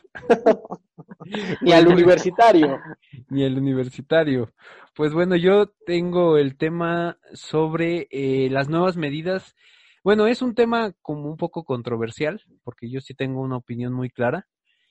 Speaker 1: Ni al universitario.
Speaker 2: Ni el universitario. Pues bueno, yo tengo el tema sobre eh, las nuevas medidas. Bueno, es un tema como un poco controversial, porque yo sí tengo una opinión muy clara,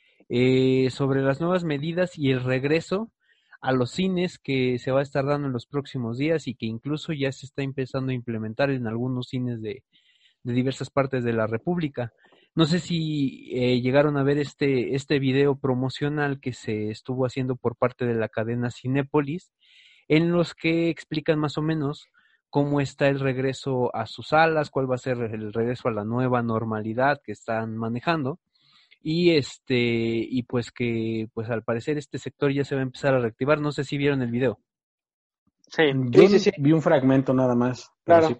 Speaker 2: eh, sobre las nuevas medidas y el regreso a los cines que se va a estar dando en los próximos días y que incluso ya se está empezando a implementar en algunos cines de, de diversas partes de la República. No sé si eh, llegaron a ver este, este video promocional que se estuvo haciendo por parte de la cadena Cinépolis, en los que explican más o menos cómo está el regreso a sus salas, cuál va a ser el regreso a la nueva normalidad que están manejando. Y este, y pues que pues al parecer este sector ya se va a empezar a reactivar. No sé si vieron el video.
Speaker 3: Sí.
Speaker 4: Yo
Speaker 1: Sí, sí, sí,
Speaker 4: vi un fragmento nada más, pero
Speaker 1: claro.
Speaker 4: sí.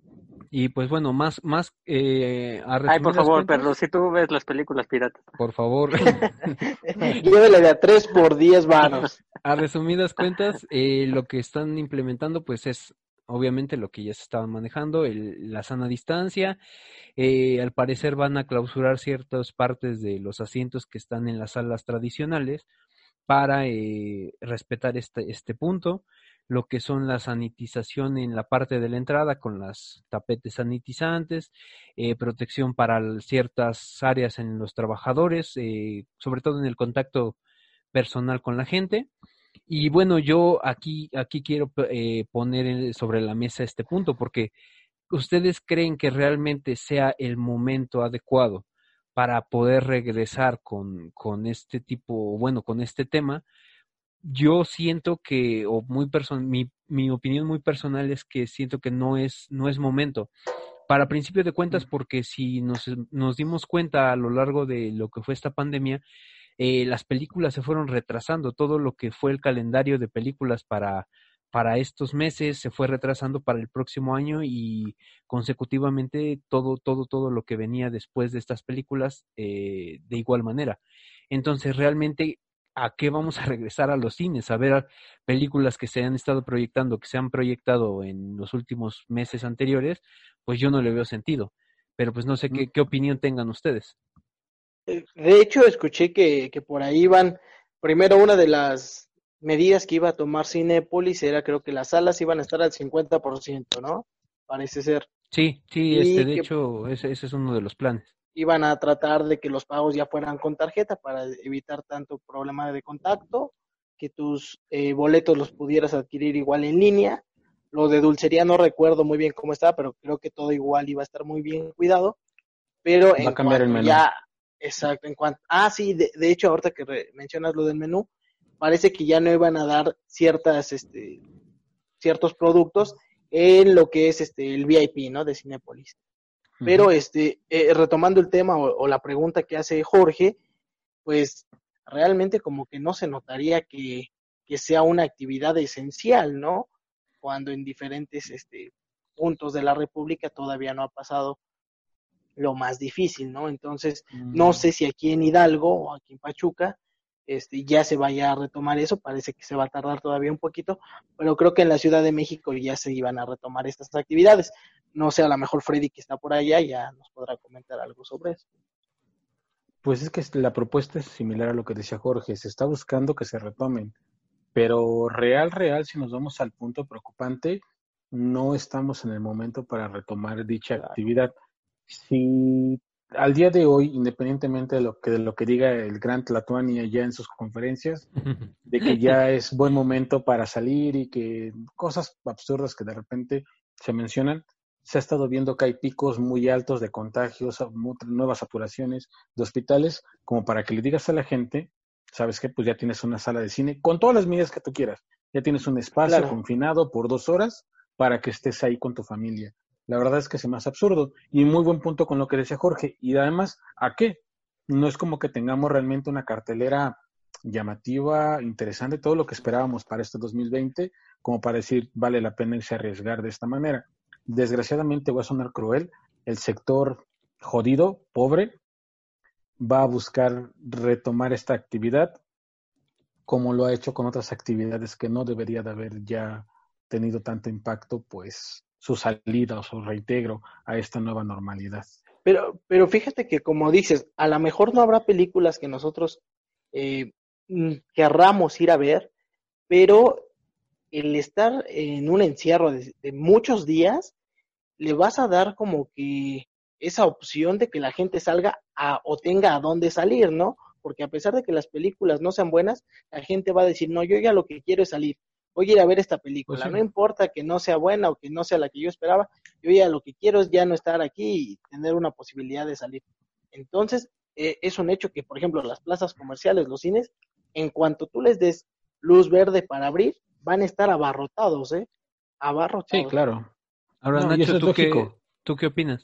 Speaker 2: Y pues bueno, más, más eh, a
Speaker 3: Ay, por
Speaker 2: resumidas
Speaker 3: favor,
Speaker 2: cuentas,
Speaker 3: perro, si tú ves las películas piratas.
Speaker 2: por favor.
Speaker 1: Llévele de a tres por diez varos.
Speaker 2: A resumidas cuentas, eh, lo que están implementando pues es obviamente lo que ya se estaba manejando, el, la sana distancia. Eh, al parecer van a clausurar ciertas partes de los asientos que están en las salas tradicionales para eh, respetar este, este punto. Lo que son la sanitización en la parte de la entrada con las tapetes sanitizantes, eh, protección para el- ciertas áreas en los trabajadores, eh, sobre todo en el contacto personal con la gente. Y bueno, yo aquí, aquí quiero eh, poner en- sobre la mesa este punto, porque ¿ustedes creen que realmente sea el momento adecuado para poder regresar con, con este tipo, bueno, con este tema? Yo siento que, o muy person mi, mi opinión muy personal es que siento que no es, no es momento. Para principio de cuentas, porque si nos, nos dimos cuenta a lo largo de lo que fue esta pandemia, eh, las películas se fueron retrasando, todo lo que fue el calendario de películas para, para estos meses se fue retrasando para el próximo año y consecutivamente todo, todo, todo lo que venía después de estas películas eh, de igual manera. Entonces, realmente, ¿a qué vamos a regresar a los cines? A ver películas que se han estado proyectando, que se han proyectado en los últimos meses anteriores, pues yo no le veo sentido. Pero pues no sé qué, qué opinión tengan ustedes.
Speaker 1: Eh, De hecho, escuché que, que por ahí van, primero una de las medidas que iba a tomar Cinépolis era creo que las salas iban a estar al cincuenta por ciento, ¿no? Parece ser.
Speaker 2: Sí, sí, este,
Speaker 1: Y
Speaker 2: de
Speaker 1: que
Speaker 2: hecho, ese, ese es uno de los planes.
Speaker 1: iban a tratar de que los pagos ya fueran con tarjeta para evitar tanto problema de contacto, que tus eh, boletos los pudieras adquirir igual en línea. Lo de dulcería no recuerdo muy bien cómo está, pero creo que todo igual iba a estar muy bien cuidado. Pero
Speaker 4: Va a
Speaker 1: en
Speaker 4: cambiar el
Speaker 1: cuanto
Speaker 4: menú.
Speaker 1: ya, exacto, en cuanto, ah, sí, de, de hecho, ahorita que re, mencionas lo del menú, parece que ya no iban a dar ciertas, este, ciertos productos en lo que es este el V I P, ¿no? De Cinépolis. Pero
Speaker 4: Ujú.
Speaker 1: este, eh, retomando el tema o, o la pregunta que hace Jorge, pues realmente como que no se notaría que, que sea una actividad esencial, ¿no? Cuando en diferentes este, puntos de la República todavía no ha pasado lo más difícil, ¿no? Entonces, no
Speaker 4: Mm,
Speaker 1: sé si aquí en Hidalgo o aquí en Pachuca este, ya se vaya a retomar eso, parece que se va a tardar todavía un poquito, pero creo que en la Ciudad de México ya se iban a retomar estas actividades. No sé, a lo mejor Freddy que está por allá ya nos podrá comentar algo sobre eso.
Speaker 4: Pues es que la propuesta es similar a lo que decía Jorge, se está buscando que se retomen, pero real, real, si nos vamos al punto preocupante, no estamos en el momento para retomar dicha
Speaker 1: Claro.
Speaker 4: actividad. Si al día de hoy, independientemente de lo que, de lo que diga el gran Tlatuani allá en sus conferencias, de que ya es buen momento para salir y que cosas absurdas que de repente se mencionan, se ha estado viendo que hay picos muy altos de contagios, nuevas saturaciones de hospitales, como para que le digas a la gente, ¿sabes qué? Pues ya tienes una sala de cine con todas las medidas que tú quieras, ya tienes un espacio
Speaker 1: Claro.
Speaker 4: confinado por dos horas para que estés ahí con tu familia. La verdad es que se me hace absurdo y muy buen punto con lo que decía Jorge. Y además, ¿a qué? No es como que tengamos realmente una cartelera llamativa, interesante, todo lo que esperábamos para este dos mil veinte, como para decir, vale la pena irse a arriesgar de esta manera. Desgraciadamente, voy a sonar cruel, el sector jodido, pobre, va a buscar retomar esta actividad como lo ha hecho con otras actividades que no debería de haber ya tenido tanto impacto, pues su salida o su reintegro a esta nueva normalidad.
Speaker 1: Pero, pero fíjate que como dices, a lo mejor no habrá películas que nosotros eh, querramos ir a ver, pero el estar en un encierro de, de muchos días, le vas a dar como que esa opción de que la gente salga a, o tenga a dónde salir, ¿no? Porque a pesar de que las películas no sean buenas, la gente va a decir, no, yo ya lo que quiero es salir, voy a ir a ver esta película,
Speaker 4: Pues sí.
Speaker 1: no importa que no sea buena o que no sea la que yo esperaba, yo ya lo que quiero es ya no estar aquí y tener una posibilidad de salir. Entonces, eh, es un hecho que, por ejemplo, las plazas comerciales, los cines, en cuanto tú les des luz verde para abrir, van a estar abarrotados, ¿eh? Abarrotados.
Speaker 4: Sí, claro.
Speaker 2: Ahora,
Speaker 4: No, y eso
Speaker 2: Nacho,
Speaker 4: es
Speaker 2: ¿tú qué,
Speaker 4: lógico.
Speaker 2: ¿tú qué opinas?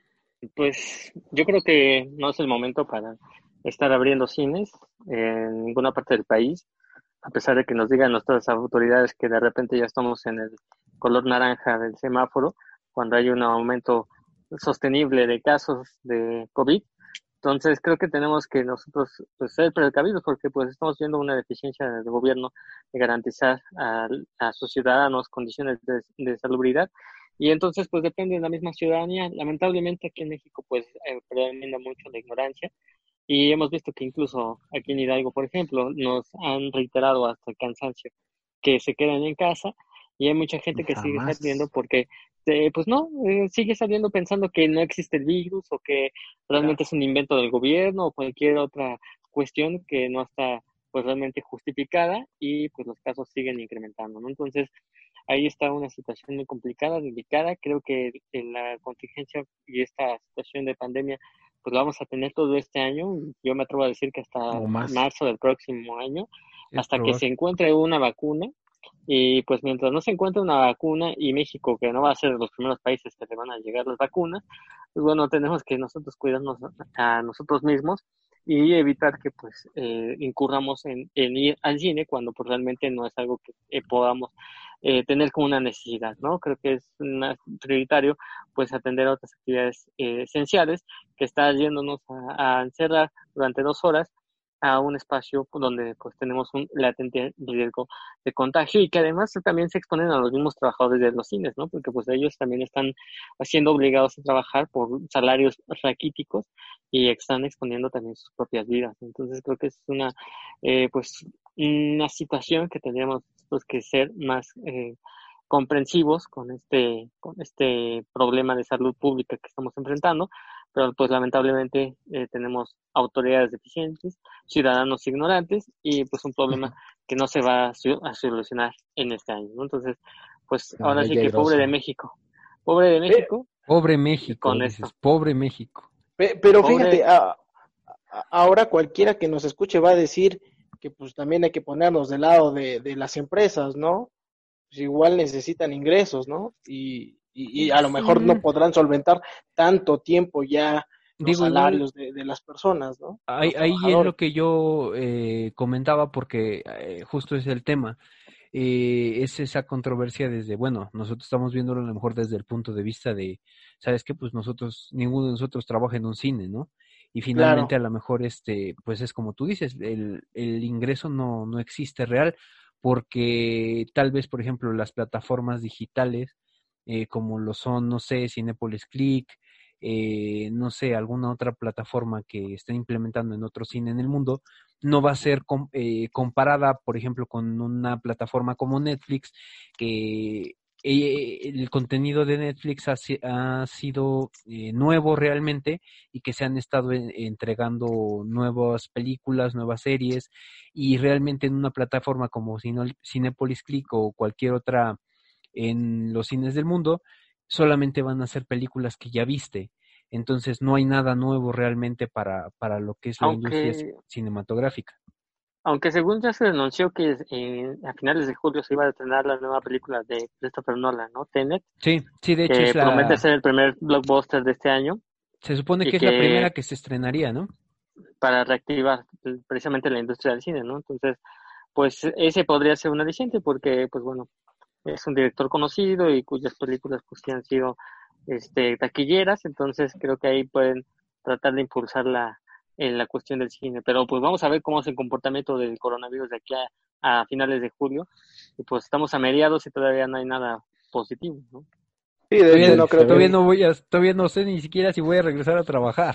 Speaker 3: Pues yo creo que no es el momento para estar abriendo cines en ninguna parte del país, a pesar de que nos digan nuestras autoridades que de repente ya estamos en el color naranja del semáforo, cuando hay un aumento sostenible de casos de COVID. Entonces creo que tenemos que nosotros pues, ser precavidos porque pues estamos viendo una deficiencia del gobierno de garantizar a, a sus ciudadanos condiciones de, de salubridad. Y entonces, pues depende de la misma ciudadanía. Lamentablemente aquí en México, pues eh, predomina mucho la ignorancia y hemos visto que incluso aquí en Hidalgo, por ejemplo, nos han reiterado hasta el cansancio que se quedan en casa y hay mucha gente que sigue
Speaker 4: Jamás.
Speaker 3: saliendo porque, eh, pues no, eh, sigue saliendo pensando que no existe el virus o que realmente es un invento del gobierno o cualquier otra cuestión que no está pues realmente justificada y pues los casos siguen incrementando, ¿no? Entonces, ahí está una situación muy complicada, delicada. Creo que en la contingencia y esta situación de pandemia, pues lo vamos a tener todo este año. Yo me atrevo a decir que hasta
Speaker 4: O más.
Speaker 3: marzo del próximo año,
Speaker 2: Es
Speaker 3: hasta que se
Speaker 2: probable.
Speaker 3: encuentre una vacuna. Y pues mientras no se encuentre una vacuna y México, que no va a ser de los primeros países que le van a llegar las vacunas, pues bueno, tenemos que nosotros cuidarnos a nosotros mismos y evitar que pues eh, incurramos en, en ir al cine cuando pues realmente no es algo que eh, podamos eh, tener como una necesidad, ¿no? Creo que es una, prioritario pues atender a otras actividades eh, esenciales que está yéndonos a, a encerrar durante dos horas a un espacio donde pues tenemos un latente riesgo de contagio y que además también se exponen a los mismos trabajadores de los cines, ¿no? Porque pues ellos también están siendo obligados a trabajar por salarios raquíticos y están exponiendo también sus propias vidas. Entonces creo que es una eh, pues una situación que tendríamos pues, que ser más eh, comprensivos con este con este problema de salud pública que estamos enfrentando, pero pues lamentablemente eh, tenemos autoridades deficientes, ciudadanos ignorantes y pues un problema que no se va a, a solucionar en este año, ¿no? Entonces, pues ahora
Speaker 4: Ay,
Speaker 3: sí
Speaker 4: qué
Speaker 3: que pobre de
Speaker 4: groso.
Speaker 3: México, pobre de
Speaker 1: Pero,
Speaker 3: México
Speaker 2: Pobre México,
Speaker 3: con
Speaker 2: dices,
Speaker 3: esto,
Speaker 2: pobre México.
Speaker 1: pero fíjate,
Speaker 3: pobre,
Speaker 1: a, a, ahora cualquiera que nos escuche va a decir que pues también hay que ponernos del lado de, de las empresas, ¿no? Pues igual necesitan ingresos, ¿no? Y, y, y a lo mejor no
Speaker 2: Mm,
Speaker 1: podrán solventar tanto tiempo ya los
Speaker 2: Digo, igual,
Speaker 1: salarios de, de las personas, ¿no? De
Speaker 2: ahí,
Speaker 1: los
Speaker 2: ahí es
Speaker 1: trabajadores.
Speaker 2: lo que yo eh, comentaba porque eh, justo es el tema. Eh, es esa controversia desde, bueno, nosotros estamos viéndolo a lo mejor desde el punto de vista de, ¿sabes qué? Pues nosotros, ninguno de nosotros trabaja en un cine, ¿no? Y finalmente
Speaker 1: Claro,
Speaker 2: a lo mejor este, pues es como tú dices, el, el ingreso no, no existe real porque tal vez, por ejemplo, las plataformas digitales, eh, como lo son, no sé, Cinépolis Click, eh, no sé, alguna otra plataforma que estén implementando en otro cine en el mundo, no va a ser com- eh, comparada, por ejemplo, con una plataforma como Netflix, que eh, el contenido de Netflix ha, ha sido eh, nuevo realmente y que se han estado en, entregando nuevas películas, nuevas series y realmente en una plataforma como Cinépolis Click o cualquier otra en los cines del mundo, solamente van a ser películas que ya viste. Entonces no hay nada nuevo realmente para, para lo que es la
Speaker 3: Aunque,
Speaker 2: industria cinematográfica.
Speaker 3: aunque según ya se anunció que en, a finales de julio se iba a estrenar la nueva película de Christopher Nolan, ¿no? Tenet,
Speaker 2: Sí, sí, de hecho
Speaker 3: que
Speaker 2: es
Speaker 3: promete
Speaker 2: la...
Speaker 3: ser el primer blockbuster de este año
Speaker 2: Se supone
Speaker 3: y
Speaker 2: que es la
Speaker 3: que
Speaker 2: primera que se estrenaría, ¿no?
Speaker 3: para reactivar precisamente la industria del cine, ¿no? Entonces, pues ese podría ser un aliciente porque, pues bueno, es un director conocido y cuyas películas pues sí han sido este, taquilleras, entonces creo que ahí pueden tratar de impulsar la, en la cuestión del cine. Pero pues vamos a ver cómo es el comportamiento del coronavirus de aquí a, a finales de julio. Y pues estamos a mediados y todavía no hay nada positivo, ¿no?
Speaker 1: Sí, de hecho
Speaker 2: Todavía,
Speaker 1: no creo
Speaker 2: todavía
Speaker 1: que...
Speaker 2: no voy a, todavía no sé ni siquiera si voy a regresar a trabajar.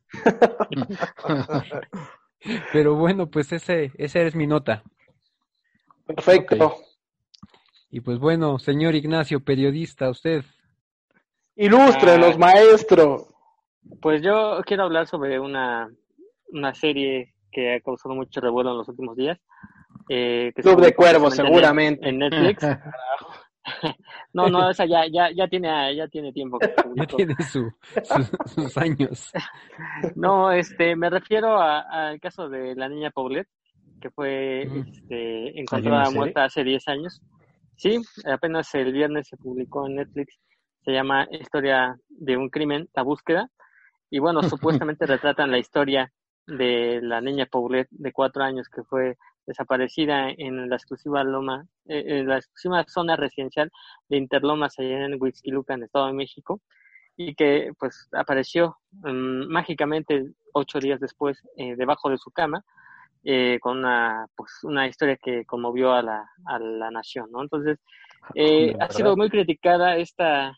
Speaker 2: Pero bueno, pues ese, esa es mi nota.
Speaker 1: Perfecto.
Speaker 4: Ok.
Speaker 2: Y pues bueno, señor Ignacio, periodista, usted.
Speaker 1: Ilústrenos,
Speaker 3: Ah,
Speaker 1: maestro.
Speaker 3: pues yo quiero hablar sobre una, una serie que ha causado mucho revuelo en los últimos días, eh, que se
Speaker 1: Club de
Speaker 3: publicó
Speaker 1: Cuervos,
Speaker 3: precisamente en, Net- en
Speaker 1: seguramente.
Speaker 3: Netflix. No, no, esa ya, ya, ya tiene, ya tiene tiempo que se
Speaker 2: Ya
Speaker 3: publicó.
Speaker 2: tiene su, su- sus años.
Speaker 3: No, este, me refiero a- al caso de la niña Paulette, que fue,
Speaker 2: Mm.
Speaker 3: este,
Speaker 4: ¿Hay una
Speaker 3: encontrada
Speaker 4: serie?
Speaker 3: muerta hace diez años. Sí, apenas el viernes se publicó en Netflix. Se llama Historia de un crimen, La búsqueda. Y bueno, supuestamente retratan la historia de la niña Paulette de cuatro años que fue desaparecida en la exclusiva loma, eh, en la exclusiva zona residencial de Interlomas allá en Huixquilucan, Estado de México, y que pues apareció um, mágicamente ocho días después eh, debajo de su cama eh, con una pues una historia que conmovió a la, a la nación, ¿no? Entonces
Speaker 4: ¿De
Speaker 3: eh, ha sido
Speaker 4: verdad?
Speaker 3: muy criticada esta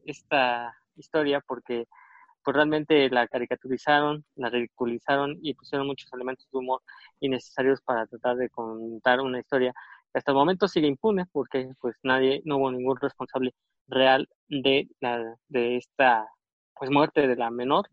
Speaker 3: esta historia porque pues realmente la caricaturizaron, la ridiculizaron y pusieron muchos elementos de humor innecesarios para tratar de contar una historia que hasta el momento sigue impune porque pues nadie, no hubo ningún responsable real de la de esta pues muerte de la menor.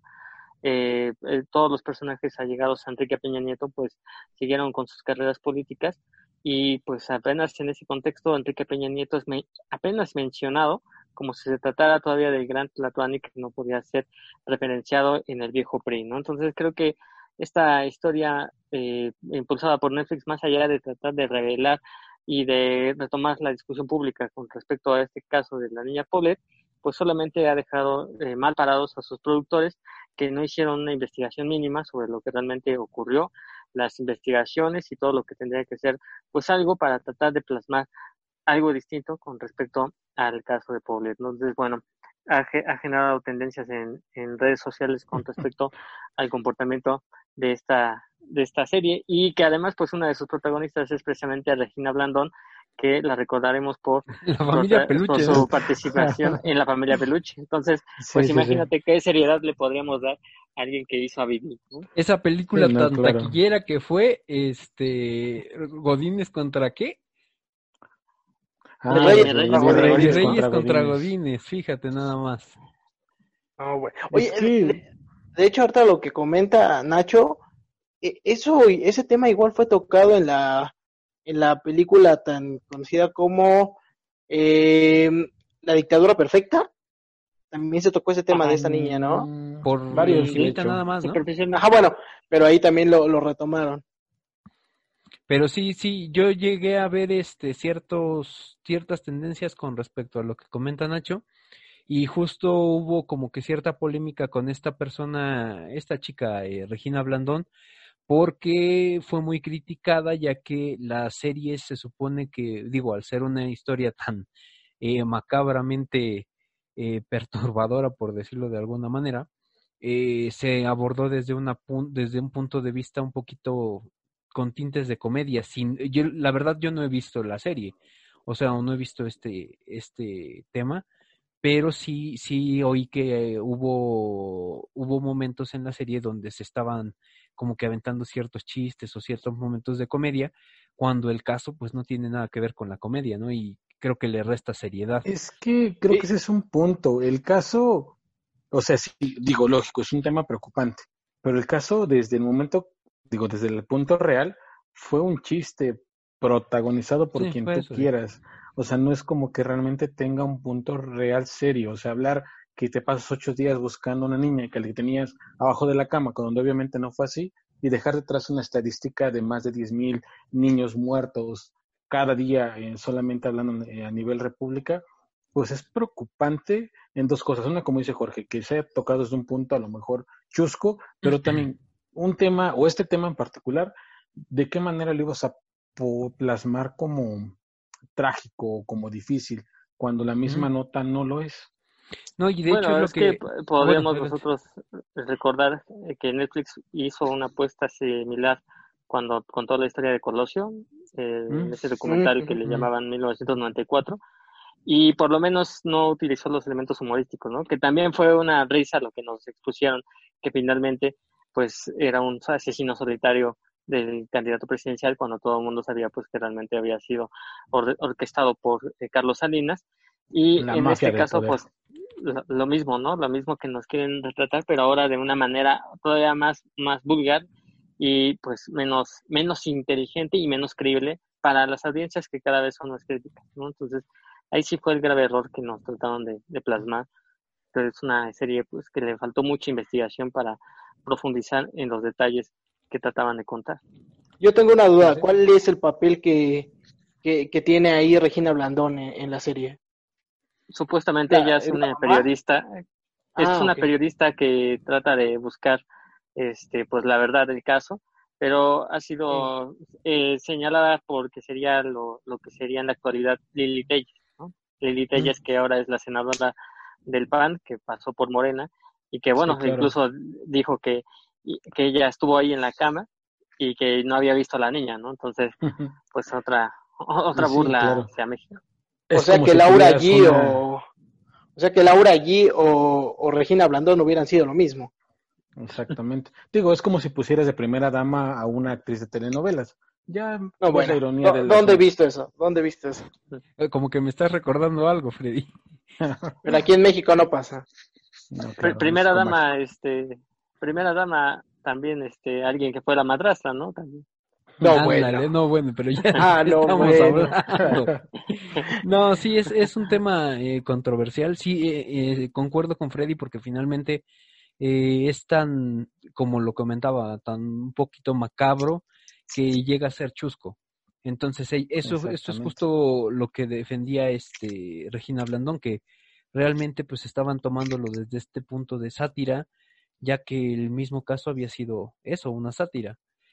Speaker 3: Eh, eh, todos los personajes allegados a Enrique Peña Nieto pues siguieron con sus carreras políticas y pues apenas en ese contexto Enrique Peña Nieto es me apenas mencionado como si se tratara todavía del gran Tlatuani que no podía ser referenciado en el viejo P R I, ¿no? Entonces creo que esta historia eh, impulsada por Netflix, más allá de tratar de revelar y de retomar la discusión pública con respecto a este caso de la niña Paulette, pues solamente ha dejado eh, mal parados a sus productores que no hicieron una investigación mínima sobre lo que realmente ocurrió, las investigaciones y todo lo que tendría que ser, pues algo para tratar de plasmar algo distinto con respecto al caso de Paulette, ¿no? Entonces, bueno, ha, ha generado tendencias en, en redes sociales con respecto al comportamiento de esta, de esta serie y que además, pues una de sus protagonistas es precisamente Regina Blandón, que la recordaremos por,
Speaker 2: La
Speaker 3: por,
Speaker 2: familia
Speaker 3: por
Speaker 2: Peluche, ¿no?
Speaker 3: su participación en la familia Peluche. Entonces,
Speaker 4: Sí,
Speaker 3: pues
Speaker 4: sí, sí.
Speaker 3: imagínate qué seriedad le podríamos dar a alguien que hizo a Vivi, ¿no?
Speaker 2: Esa
Speaker 4: Sí,
Speaker 2: película
Speaker 4: no,
Speaker 2: tan
Speaker 4: claro.
Speaker 2: taquillera que fue, este, Godínez contra qué?
Speaker 4: Ah,
Speaker 3: Eh,
Speaker 1: Reyes
Speaker 3: mis
Speaker 4: los de
Speaker 1: contra
Speaker 3: reyes
Speaker 4: mis
Speaker 3: contra
Speaker 2: Mis
Speaker 1: Godines.
Speaker 4: reyes
Speaker 3: Godines.
Speaker 2: Reyes
Speaker 4: contra
Speaker 2: contra
Speaker 4: Godines.
Speaker 2: Godínez, fíjate nada más.
Speaker 1: No, güey. Oye,
Speaker 4: Es
Speaker 1: de,
Speaker 4: que,
Speaker 1: de- de hecho, ahorita lo que comenta Nacho, e- eso, ese tema igual fue tocado en la, en la película tan conocida como eh, La dictadura perfecta. También se tocó ese tema de
Speaker 3: Ajá.
Speaker 1: esta niña, ¿no?
Speaker 4: mm,
Speaker 2: Por
Speaker 4: varios, de
Speaker 3: Sí,
Speaker 2: encimita nada
Speaker 4: hecho.
Speaker 2: más, ¿no?
Speaker 3: superficialmente.
Speaker 1: Ajá, bueno, pero ahí también lo, lo retomaron.
Speaker 2: Pero sí, sí, yo llegué a ver este ciertos, ciertas tendencias con respecto a lo que comenta Nacho, y justo hubo como que cierta polémica con esta persona, esta chica, eh, Regina Blandón, porque fue muy criticada, ya que la serie se supone que, digo, al ser una historia tan eh, macabramente eh, perturbadora, por decirlo de alguna manera, eh, se abordó desde una pun- desde un punto de vista un poquito con tintes de comedia. Sin, yo, la verdad, yo no he visto la serie, o sea, no he visto este, este tema, pero sí, sí oí que eh, hubo, hubo momentos en la serie donde se estaban como que aventando ciertos chistes o ciertos momentos de comedia, cuando el caso pues no tiene nada que ver con la comedia, ¿no? Y creo que le resta seriedad.
Speaker 4: Es que creo que ese es un punto. El caso, o sea, sí, digo, lógico, es un tema preocupante, pero el caso desde el momento, digo, desde el punto real, fue un chiste protagonizado por
Speaker 2: Sí,
Speaker 4: quien
Speaker 2: fue
Speaker 4: tú
Speaker 2: eso, sí.
Speaker 4: quieras. O sea, no es como que realmente tenga un punto real serio. O sea, hablar que te pasas ocho días buscando a una niña que le tenías abajo de la cama, cuando obviamente no fue así, y dejar detrás una estadística de más de diez mil niños muertos cada día, eh, solamente hablando eh, a nivel república, pues es preocupante en dos cosas. Una, como dice Jorge, que se ha tocado desde un punto a lo mejor chusco, pero también un tema, o este tema en particular, ¿de qué manera lo ibas a plasmar como trágico, como difícil, cuando la misma
Speaker 2: Ujú.
Speaker 4: nota no lo es?
Speaker 2: No, y de hecho es
Speaker 3: Bueno,
Speaker 2: lo
Speaker 3: es que
Speaker 2: que...
Speaker 3: p-
Speaker 2: Ah, bueno,
Speaker 3: podríamos
Speaker 2: adelante.
Speaker 3: nosotros recordar eh, que Netflix hizo una apuesta similar cuando contó la historia de Colosio, eh,
Speaker 4: ¿Mm?
Speaker 3: en ese documental que
Speaker 1: Ujú.
Speaker 3: le
Speaker 2: Mm.
Speaker 3: llamaban mil novecientos noventa y cuatro, y por lo menos no utilizó los elementos humorísticos, ¿no? Que también fue una risa lo que nos expusieron, que finalmente pues era un asesino solitario del candidato presidencial cuando todo el mundo sabía pues que realmente había sido or- orquestado por eh, Carlos Salinas, y
Speaker 4: La
Speaker 3: en
Speaker 4: mafia
Speaker 3: este
Speaker 4: del
Speaker 3: caso
Speaker 4: poder.
Speaker 3: pues lo, lo mismo, ¿no? Lo mismo que nos quieren retratar, pero ahora de una manera todavía más, más vulgar y pues menos, menos inteligente y menos creíble para las audiencias que cada vez son más críticas, ¿no? Entonces, ahí sí fue el grave error que nos trataron de, de plasmar. Pero es una serie pues que le faltó mucha investigación para profundizar en los detalles que trataban de contar.
Speaker 1: Yo tengo una
Speaker 4: Pues
Speaker 1: duda,
Speaker 4: sí.
Speaker 1: ¿cuál es el papel que, que, que tiene ahí Regina Blandón en, en la serie?
Speaker 3: Supuestamente
Speaker 1: ¿La,
Speaker 3: ella es
Speaker 1: es la
Speaker 3: una
Speaker 1: mamá?
Speaker 3: periodista, es
Speaker 1: Ah,
Speaker 3: una
Speaker 1: ok.
Speaker 3: periodista que trata de buscar este pues la verdad del caso, pero ha
Speaker 1: Mm,
Speaker 3: sido eh, señalada porque sería lo, lo que sería en la actualidad Lili Telles, ¿no? Lili
Speaker 4: ¿Mm?
Speaker 3: Telles, que ahora es la senadora del P A N, que pasó por Morena, y que
Speaker 4: Sí,
Speaker 3: bueno,
Speaker 4: claro.
Speaker 3: incluso dijo que, que ella estuvo ahí en la cama y que no había visto a la niña, ¿no? Entonces, pues otra, otra
Speaker 4: Sí,
Speaker 3: burla
Speaker 4: claro.
Speaker 3: hacia México.
Speaker 1: O
Speaker 4: Es
Speaker 1: sea
Speaker 4: como
Speaker 1: que
Speaker 4: si
Speaker 1: Laura
Speaker 4: tuvieras
Speaker 1: G
Speaker 4: una...
Speaker 1: o, o sea que Laura G o, o Regina Blandón hubieran sido lo mismo.
Speaker 4: Exactamente. Digo, es como si pusieras de primera dama a una actriz de telenovelas. Ya
Speaker 1: No,
Speaker 4: ves la
Speaker 1: bueno,
Speaker 4: ironía
Speaker 1: ¿dó-
Speaker 4: del
Speaker 1: ¿dónde he
Speaker 4: asunto.
Speaker 1: visto eso? ¿Dónde he visto eso?
Speaker 2: Eh, Como que me estás recordando algo, Freddy.
Speaker 1: Pero aquí en México no pasa.
Speaker 4: No,
Speaker 3: Pr-
Speaker 4: claro,
Speaker 3: primera
Speaker 4: México
Speaker 3: dama,
Speaker 4: mágico.
Speaker 3: este, primera dama también, este, alguien que fue la madrastra, ¿no? También.
Speaker 1: No, bueno.
Speaker 2: Ándale, no, bueno, pero ya de
Speaker 1: Ah,
Speaker 2: qué
Speaker 1: no,
Speaker 2: estamos
Speaker 1: bueno.
Speaker 2: hablando. No, sí, es, es un tema eh, controversial. Sí, eh, eh, concuerdo con Freddy porque finalmente eh, es tan, como lo comentaba, tan un poquito macabro que llega a ser chusco. Entonces, eh, eso, eso es
Speaker 4: Exactamente.
Speaker 2: justo lo que defendía este Regina Blandón, que realmente pues estaban tomándolo desde este punto de sátira, ya que el mismo caso había sido eso, una sátira,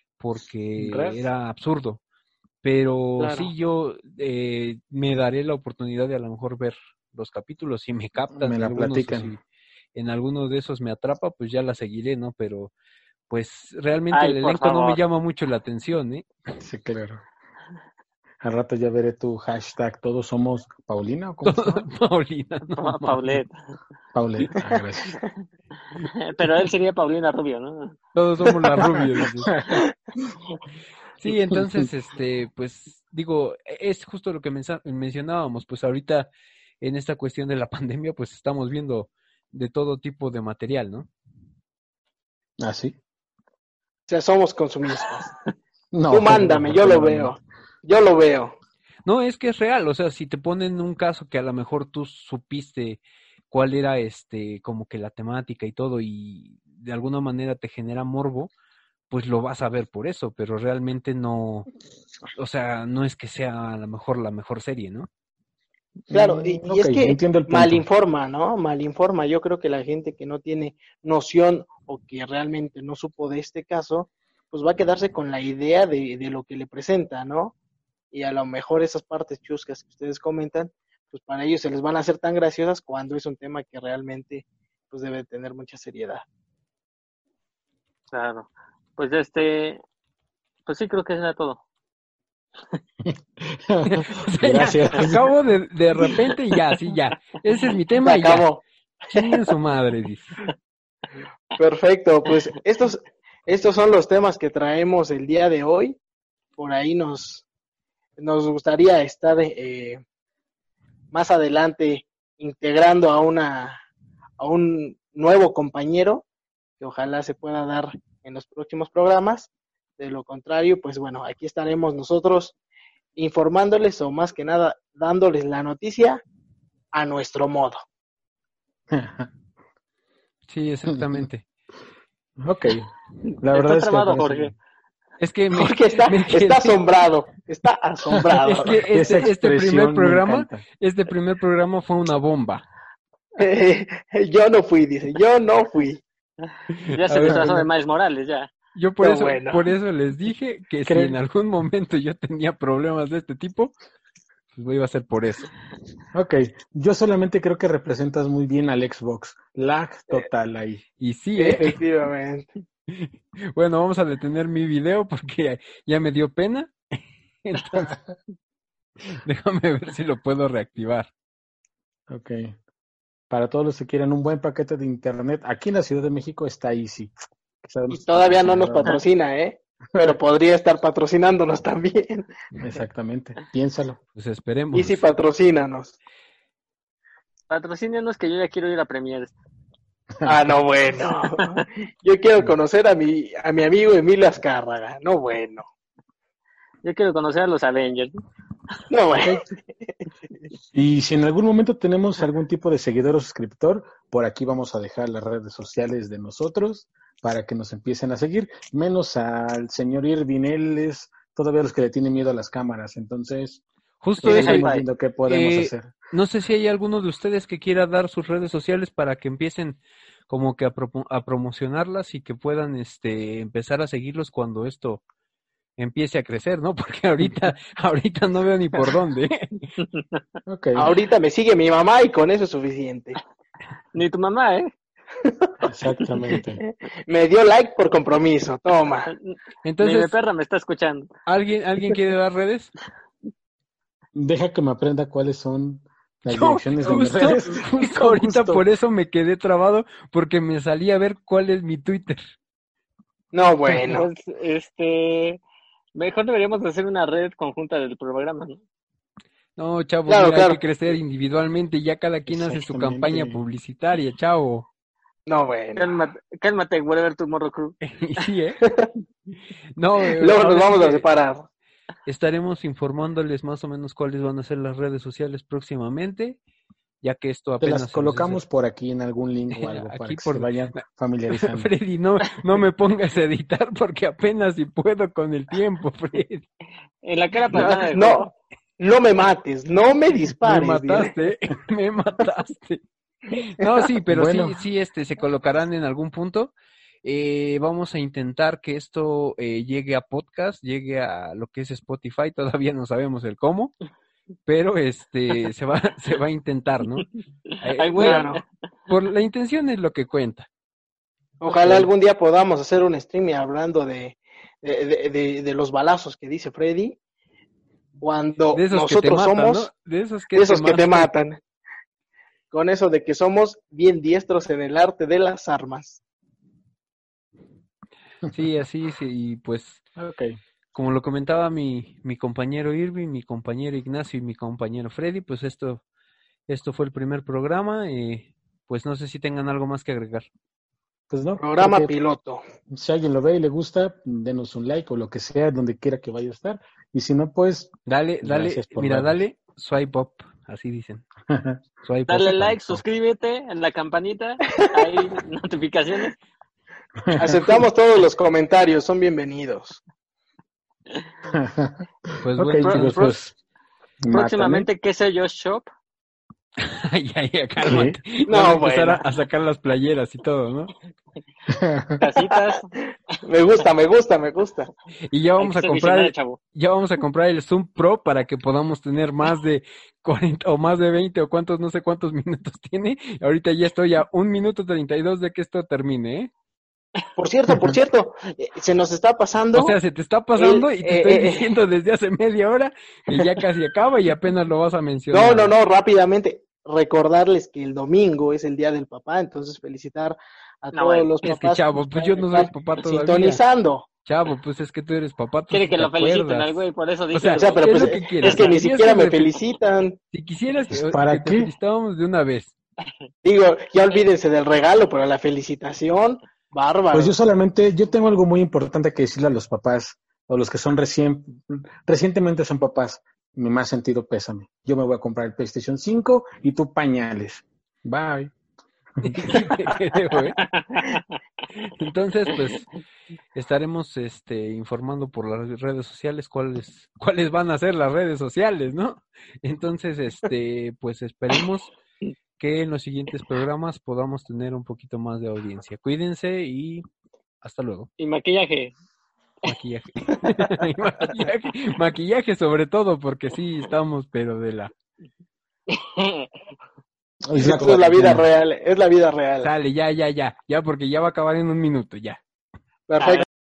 Speaker 2: porque
Speaker 4: Real,
Speaker 2: era absurdo. Pero
Speaker 1: Claro.
Speaker 2: sí, yo eh, me daré la oportunidad de a lo mejor ver los capítulos. Si me captan
Speaker 4: me la
Speaker 2: algunos o
Speaker 4: platican.
Speaker 2: si en alguno de esos me atrapa, pues ya la seguiré, ¿no? Pero pues realmente
Speaker 3: Ay,
Speaker 2: el
Speaker 3: por
Speaker 2: elenco no me
Speaker 3: favor,
Speaker 2: llama mucho la atención, ¿eh?
Speaker 4: Sí, claro. Al rato ya veré tu hashtag, todos somos Paulina, ¿o cómo se llama?
Speaker 2: Paulina, no
Speaker 3: Pa-
Speaker 2: mames.
Speaker 3: Paulette.
Speaker 4: Paulette, ah, gracias.
Speaker 3: Pero él sería Paulina Rubio, ¿no?
Speaker 2: Todos somos la rubia, dices. Sí, entonces, este, pues digo, e- es justo lo que mensa- mencionábamos, pues ahorita en esta cuestión de la pandemia, pues estamos viendo de todo tipo de material, ¿no?
Speaker 4: ¿Ah, sí?
Speaker 1: O sea, somos consumistas.
Speaker 4: No,
Speaker 1: Tú mándame, yo lo
Speaker 4: afortunadamente.
Speaker 1: veo. Yo lo veo.
Speaker 2: No, es que es real, o sea, si te ponen un caso que a lo mejor tú supiste cuál era este, como que la temática y todo, y de alguna manera te genera morbo, pues lo vas a ver por eso, pero realmente no, o sea, no es que sea a lo mejor la mejor serie, ¿no?
Speaker 1: Claro, y,
Speaker 4: Mm,
Speaker 1: y
Speaker 4: ok,
Speaker 1: es que
Speaker 4: entiendo el punto.
Speaker 1: malinforma, ¿no? Malinforma. Yo creo que la gente que no tiene noción o que realmente no supo de este caso, pues va a quedarse con la idea de, de lo que le presenta, ¿no? Y a lo mejor esas partes chuscas que ustedes comentan, pues para ellos se les van a hacer tan graciosas cuando es un tema que realmente pues debe tener mucha seriedad.
Speaker 3: Claro. Pues este, pues sí, creo que eso era todo.
Speaker 2: O sea, ya,
Speaker 4: Gracias.
Speaker 2: acabo de, de repente y ya, sí, ya. Ese es mi
Speaker 1: Se
Speaker 2: tema y ya.
Speaker 1: acabó.
Speaker 2: Chinguen su madre, dice.
Speaker 1: Perfecto, pues estos, estos son los temas que traemos el día de hoy. Por ahí nos, nos gustaría estar eh, más adelante integrando a una a un nuevo compañero que ojalá se pueda dar en los próximos programas. De lo contrario, pues bueno, aquí estaremos nosotros informándoles o más que nada dándoles la noticia a nuestro modo.
Speaker 2: Sí, exactamente.
Speaker 4: Ok. La verdad
Speaker 3: Está
Speaker 4: es
Speaker 3: trabado,
Speaker 4: que
Speaker 3: Jorge.
Speaker 2: Es que me,
Speaker 1: Jorge está,
Speaker 2: me quedé-
Speaker 1: está asombrado, está asombrado.
Speaker 2: es que
Speaker 4: esa
Speaker 2: este, este
Speaker 4: expresión
Speaker 2: primer
Speaker 4: me
Speaker 2: programa,
Speaker 4: encanta.
Speaker 2: este primer programa fue una bomba.
Speaker 1: Eh, yo no fui, dice, yo no fui.
Speaker 3: Ya
Speaker 2: A
Speaker 3: se
Speaker 2: ver,
Speaker 3: disfrazó de
Speaker 2: bueno.
Speaker 3: Miles Morales, ya.
Speaker 2: Yo por
Speaker 1: Pero
Speaker 2: eso,
Speaker 1: bueno.
Speaker 2: por eso les dije que si
Speaker 4: Creo-
Speaker 2: en algún momento yo tenía problemas de este tipo, pues iba a ser por eso.
Speaker 4: Ok, yo solamente creo que representas muy bien al Xbox. Lag total ahí.
Speaker 2: Y sí, ¿eh?
Speaker 1: Efectivamente.
Speaker 2: Bueno, vamos a detener mi video porque ya me dio pena. Entonces, déjame ver si lo puedo reactivar.
Speaker 4: Ok. Para todos los que quieran un buen paquete de internet, aquí en la Ciudad de México está Easy.
Speaker 1: Y todavía no nos patrocina, ¿eh? Pero podría estar patrocinándonos también.
Speaker 4: Exactamente, piénsalo.
Speaker 2: Pues esperemos.
Speaker 1: Y si patrocínanos.
Speaker 3: Patrocínenos que yo ya quiero ir a Premiere.
Speaker 1: Ah, no, bueno. Yo quiero conocer a mi, a mi amigo Emilio Azcárraga. No, bueno.
Speaker 3: Yo quiero conocer a los Avengers.
Speaker 1: No, bueno.
Speaker 4: Y si en algún momento tenemos algún tipo de seguidor o suscriptor, por aquí vamos a dejar las redes sociales de nosotros para que nos empiecen a seguir, menos al señor Irving, él es todavía los que le tienen miedo a las cámaras, entonces
Speaker 2: Justo
Speaker 4: pues,
Speaker 2: eso.
Speaker 4: estamos viendo qué podemos
Speaker 2: Eh,
Speaker 4: hacer.
Speaker 2: No sé si hay alguno de ustedes que quiera dar sus redes sociales para que empiecen como que a, pro- a promocionarlas y que puedan este empezar a seguirlos cuando esto empiece a crecer, ¿no? Porque ahorita ahorita no veo ni por dónde.
Speaker 4: Ok,
Speaker 1: Ahorita me sigue mi mamá y con eso es suficiente.
Speaker 3: Ni tu mamá, ¿eh?
Speaker 4: exactamente.
Speaker 1: Me dio like por compromiso. Toma.
Speaker 3: Ni mi
Speaker 2: Entonces,
Speaker 3: perra me está escuchando.
Speaker 2: ¿alguien alguien quiere dar redes?
Speaker 4: Deja que me aprenda cuáles son las
Speaker 2: Yo,
Speaker 4: direcciones de mis
Speaker 2: justo,
Speaker 4: redes.
Speaker 2: justo ahorita
Speaker 4: justo.
Speaker 2: por eso me quedé trabado porque me salí a ver cuál es mi Twitter.
Speaker 1: No, bueno.
Speaker 3: Pues, este... Mejor deberíamos hacer una red conjunta del programa, ¿no?
Speaker 2: No, chavo,
Speaker 1: Claro,
Speaker 2: mira,
Speaker 1: claro.
Speaker 2: hay que crecer individualmente y ya cada quien hace su
Speaker 4: Exactamente.
Speaker 2: campaña publicitaria, chavo.
Speaker 1: No, bueno.
Speaker 3: Cálmate, cálmate, whatever tomorrow crew.
Speaker 2: Sí, ¿eh? No, eh,
Speaker 1: Luego
Speaker 2: ahora
Speaker 1: nos
Speaker 2: sí
Speaker 1: vamos a
Speaker 2: que
Speaker 1: separar.
Speaker 2: estaremos informándoles más o menos cuáles van a ser las redes sociales próximamente, ya que esto
Speaker 4: Te
Speaker 2: apenas
Speaker 4: las
Speaker 2: se
Speaker 4: colocamos
Speaker 2: nos
Speaker 4: por aquí en algún link o algo para
Speaker 2: Aquí
Speaker 4: que
Speaker 2: por-
Speaker 4: se vayan
Speaker 2: hace-
Speaker 4: familiarizando.
Speaker 2: Freddy, no, no me pongas a editar porque apenas si puedo con el tiempo, Freddy.
Speaker 3: En la cara
Speaker 1: No,
Speaker 3: plantada de
Speaker 1: no,
Speaker 3: Jorge.
Speaker 1: no me mates, no me
Speaker 2: Me
Speaker 1: dispares. dile.
Speaker 2: mataste, me mataste. No, sí, pero
Speaker 4: Bueno.
Speaker 2: sí, sí, este, se colocarán en algún punto. Eh, vamos a intentar que esto eh, llegue a podcast, llegue a lo que es Spotify. Todavía no sabemos el cómo, pero este, se va, se va a intentar, ¿no? Eh,
Speaker 3: Ay, güey.
Speaker 1: Claro.
Speaker 2: por la intención es lo que cuenta.
Speaker 1: Ojalá
Speaker 4: Ok.
Speaker 1: algún día podamos hacer un stream hablando de, de, de- de- de los balazos que dice Freddy. Cuando
Speaker 2: De esos que te
Speaker 1: nosotros
Speaker 2: matan,
Speaker 1: somos
Speaker 2: ¿no? De esos que
Speaker 1: de esos
Speaker 2: te
Speaker 1: que te
Speaker 2: matan.
Speaker 1: matan. Con eso de que somos bien diestros en el arte de las armas.
Speaker 2: Sí, así, sí, y pues
Speaker 4: Ok.
Speaker 2: como lo comentaba mi, mi compañero Irving, mi compañero Ignacio y mi compañero Freddy, pues esto, esto fue el primer programa. Eh, pues no sé si tengan algo más que agregar.
Speaker 4: Pues no,
Speaker 1: Programa
Speaker 4: creo que
Speaker 1: piloto.
Speaker 4: si alguien lo ve y le gusta, denos un like o lo que sea, donde quiera que vaya a estar. Y si no, pues,
Speaker 2: Dale, dale,
Speaker 4: Gracias por
Speaker 2: mira,
Speaker 4: vernos.
Speaker 2: dale, swipe up, así dicen. Swipe
Speaker 3: Dale
Speaker 2: up.
Speaker 3: like, suscríbete en la campanita. Hay notificaciones.
Speaker 1: Aceptamos todos los comentarios, son bienvenidos.
Speaker 2: Pues
Speaker 4: ok,
Speaker 2: bueno,
Speaker 4: chicos,
Speaker 3: pro-
Speaker 4: pues.
Speaker 3: Próximamente, ¿qué sé yo? Shop.
Speaker 2: ya, ya, cálmate.
Speaker 1: No,
Speaker 2: Van a empezar
Speaker 1: bueno.
Speaker 2: a, a sacar las playeras y todo, ¿no?
Speaker 4: mátame.
Speaker 3: Casitas.
Speaker 1: Me gusta, me gusta, me gusta.
Speaker 2: Y ya
Speaker 3: Hay
Speaker 2: vamos
Speaker 3: que
Speaker 2: a
Speaker 3: ser
Speaker 2: comprar,
Speaker 3: visionario,
Speaker 2: el-
Speaker 3: chavo.
Speaker 2: ya vamos a comprar el Zoom Pro para que podamos tener más de cuarenta o más de veinte o cuántos, no sé cuántos minutos tiene. Ahorita ya estoy a un minuto treinta y dos de que esto termine, ¿eh?
Speaker 1: Por cierto, por cierto, eh, se nos está pasando.
Speaker 2: O sea, se te está pasando
Speaker 1: el-
Speaker 2: y te
Speaker 1: eh,
Speaker 2: estoy
Speaker 1: eh,
Speaker 2: diciendo desde hace media hora que ya casi acaba y apenas lo vas a
Speaker 1: No,
Speaker 2: mencionar.
Speaker 1: no, no, rápidamente. Recordarles que el domingo es el Día del Papá, entonces felicitar a
Speaker 3: No,
Speaker 1: todos
Speaker 3: bueno,
Speaker 1: los
Speaker 2: Es que
Speaker 1: papás.
Speaker 2: chavo,
Speaker 1: nos
Speaker 2: pues
Speaker 1: pueden
Speaker 2: yo no soy
Speaker 1: estar
Speaker 2: papá todavía.
Speaker 1: sintonizando.
Speaker 2: Chavo, pues es que tú eres papá. Tú
Speaker 3: Quiere
Speaker 2: sí
Speaker 3: que
Speaker 2: te
Speaker 3: lo feliciten
Speaker 2: acuerdas.
Speaker 3: al güey, por eso dice.
Speaker 2: O sea,
Speaker 1: O sea, pero
Speaker 2: ¿qué
Speaker 1: pues
Speaker 2: es lo que quieres?
Speaker 1: es que ni
Speaker 2: Querías
Speaker 1: siquiera
Speaker 2: que
Speaker 1: me
Speaker 2: me fel-
Speaker 1: felicitan.
Speaker 2: Si quisieras que,
Speaker 4: ¿Para
Speaker 2: que te
Speaker 4: qué?
Speaker 2: felicitábamos de una vez.
Speaker 1: Digo, ya olvídense del regalo, pero la felicitación, bárbaro.
Speaker 4: Pues yo solamente, yo tengo algo muy importante que decirle a los papás, o los que son recién, recientemente son papás, mi más sentido pésame. Yo me voy a comprar el PlayStation cinco y tú pañales. Bye.
Speaker 2: Sí te creo, ¿eh? Entonces, pues, estaremos este, informando por las redes sociales cuáles, cuáles van a ser las redes sociales, ¿no? Entonces, este, pues esperemos que en los siguientes programas podamos tener un poquito más de audiencia. Cuídense y hasta luego.
Speaker 3: Y maquillaje.
Speaker 2: Maquillaje. Y maquillaje, maquillaje sobre todo, porque sí estamos, pero de la...
Speaker 4: Es la
Speaker 1: Esto es la vida
Speaker 4: cuarentena.
Speaker 1: real, es la vida real.
Speaker 2: Sale, ya, ya, ya, ya, porque ya va a acabar en un minuto, ya.
Speaker 1: Perfecto.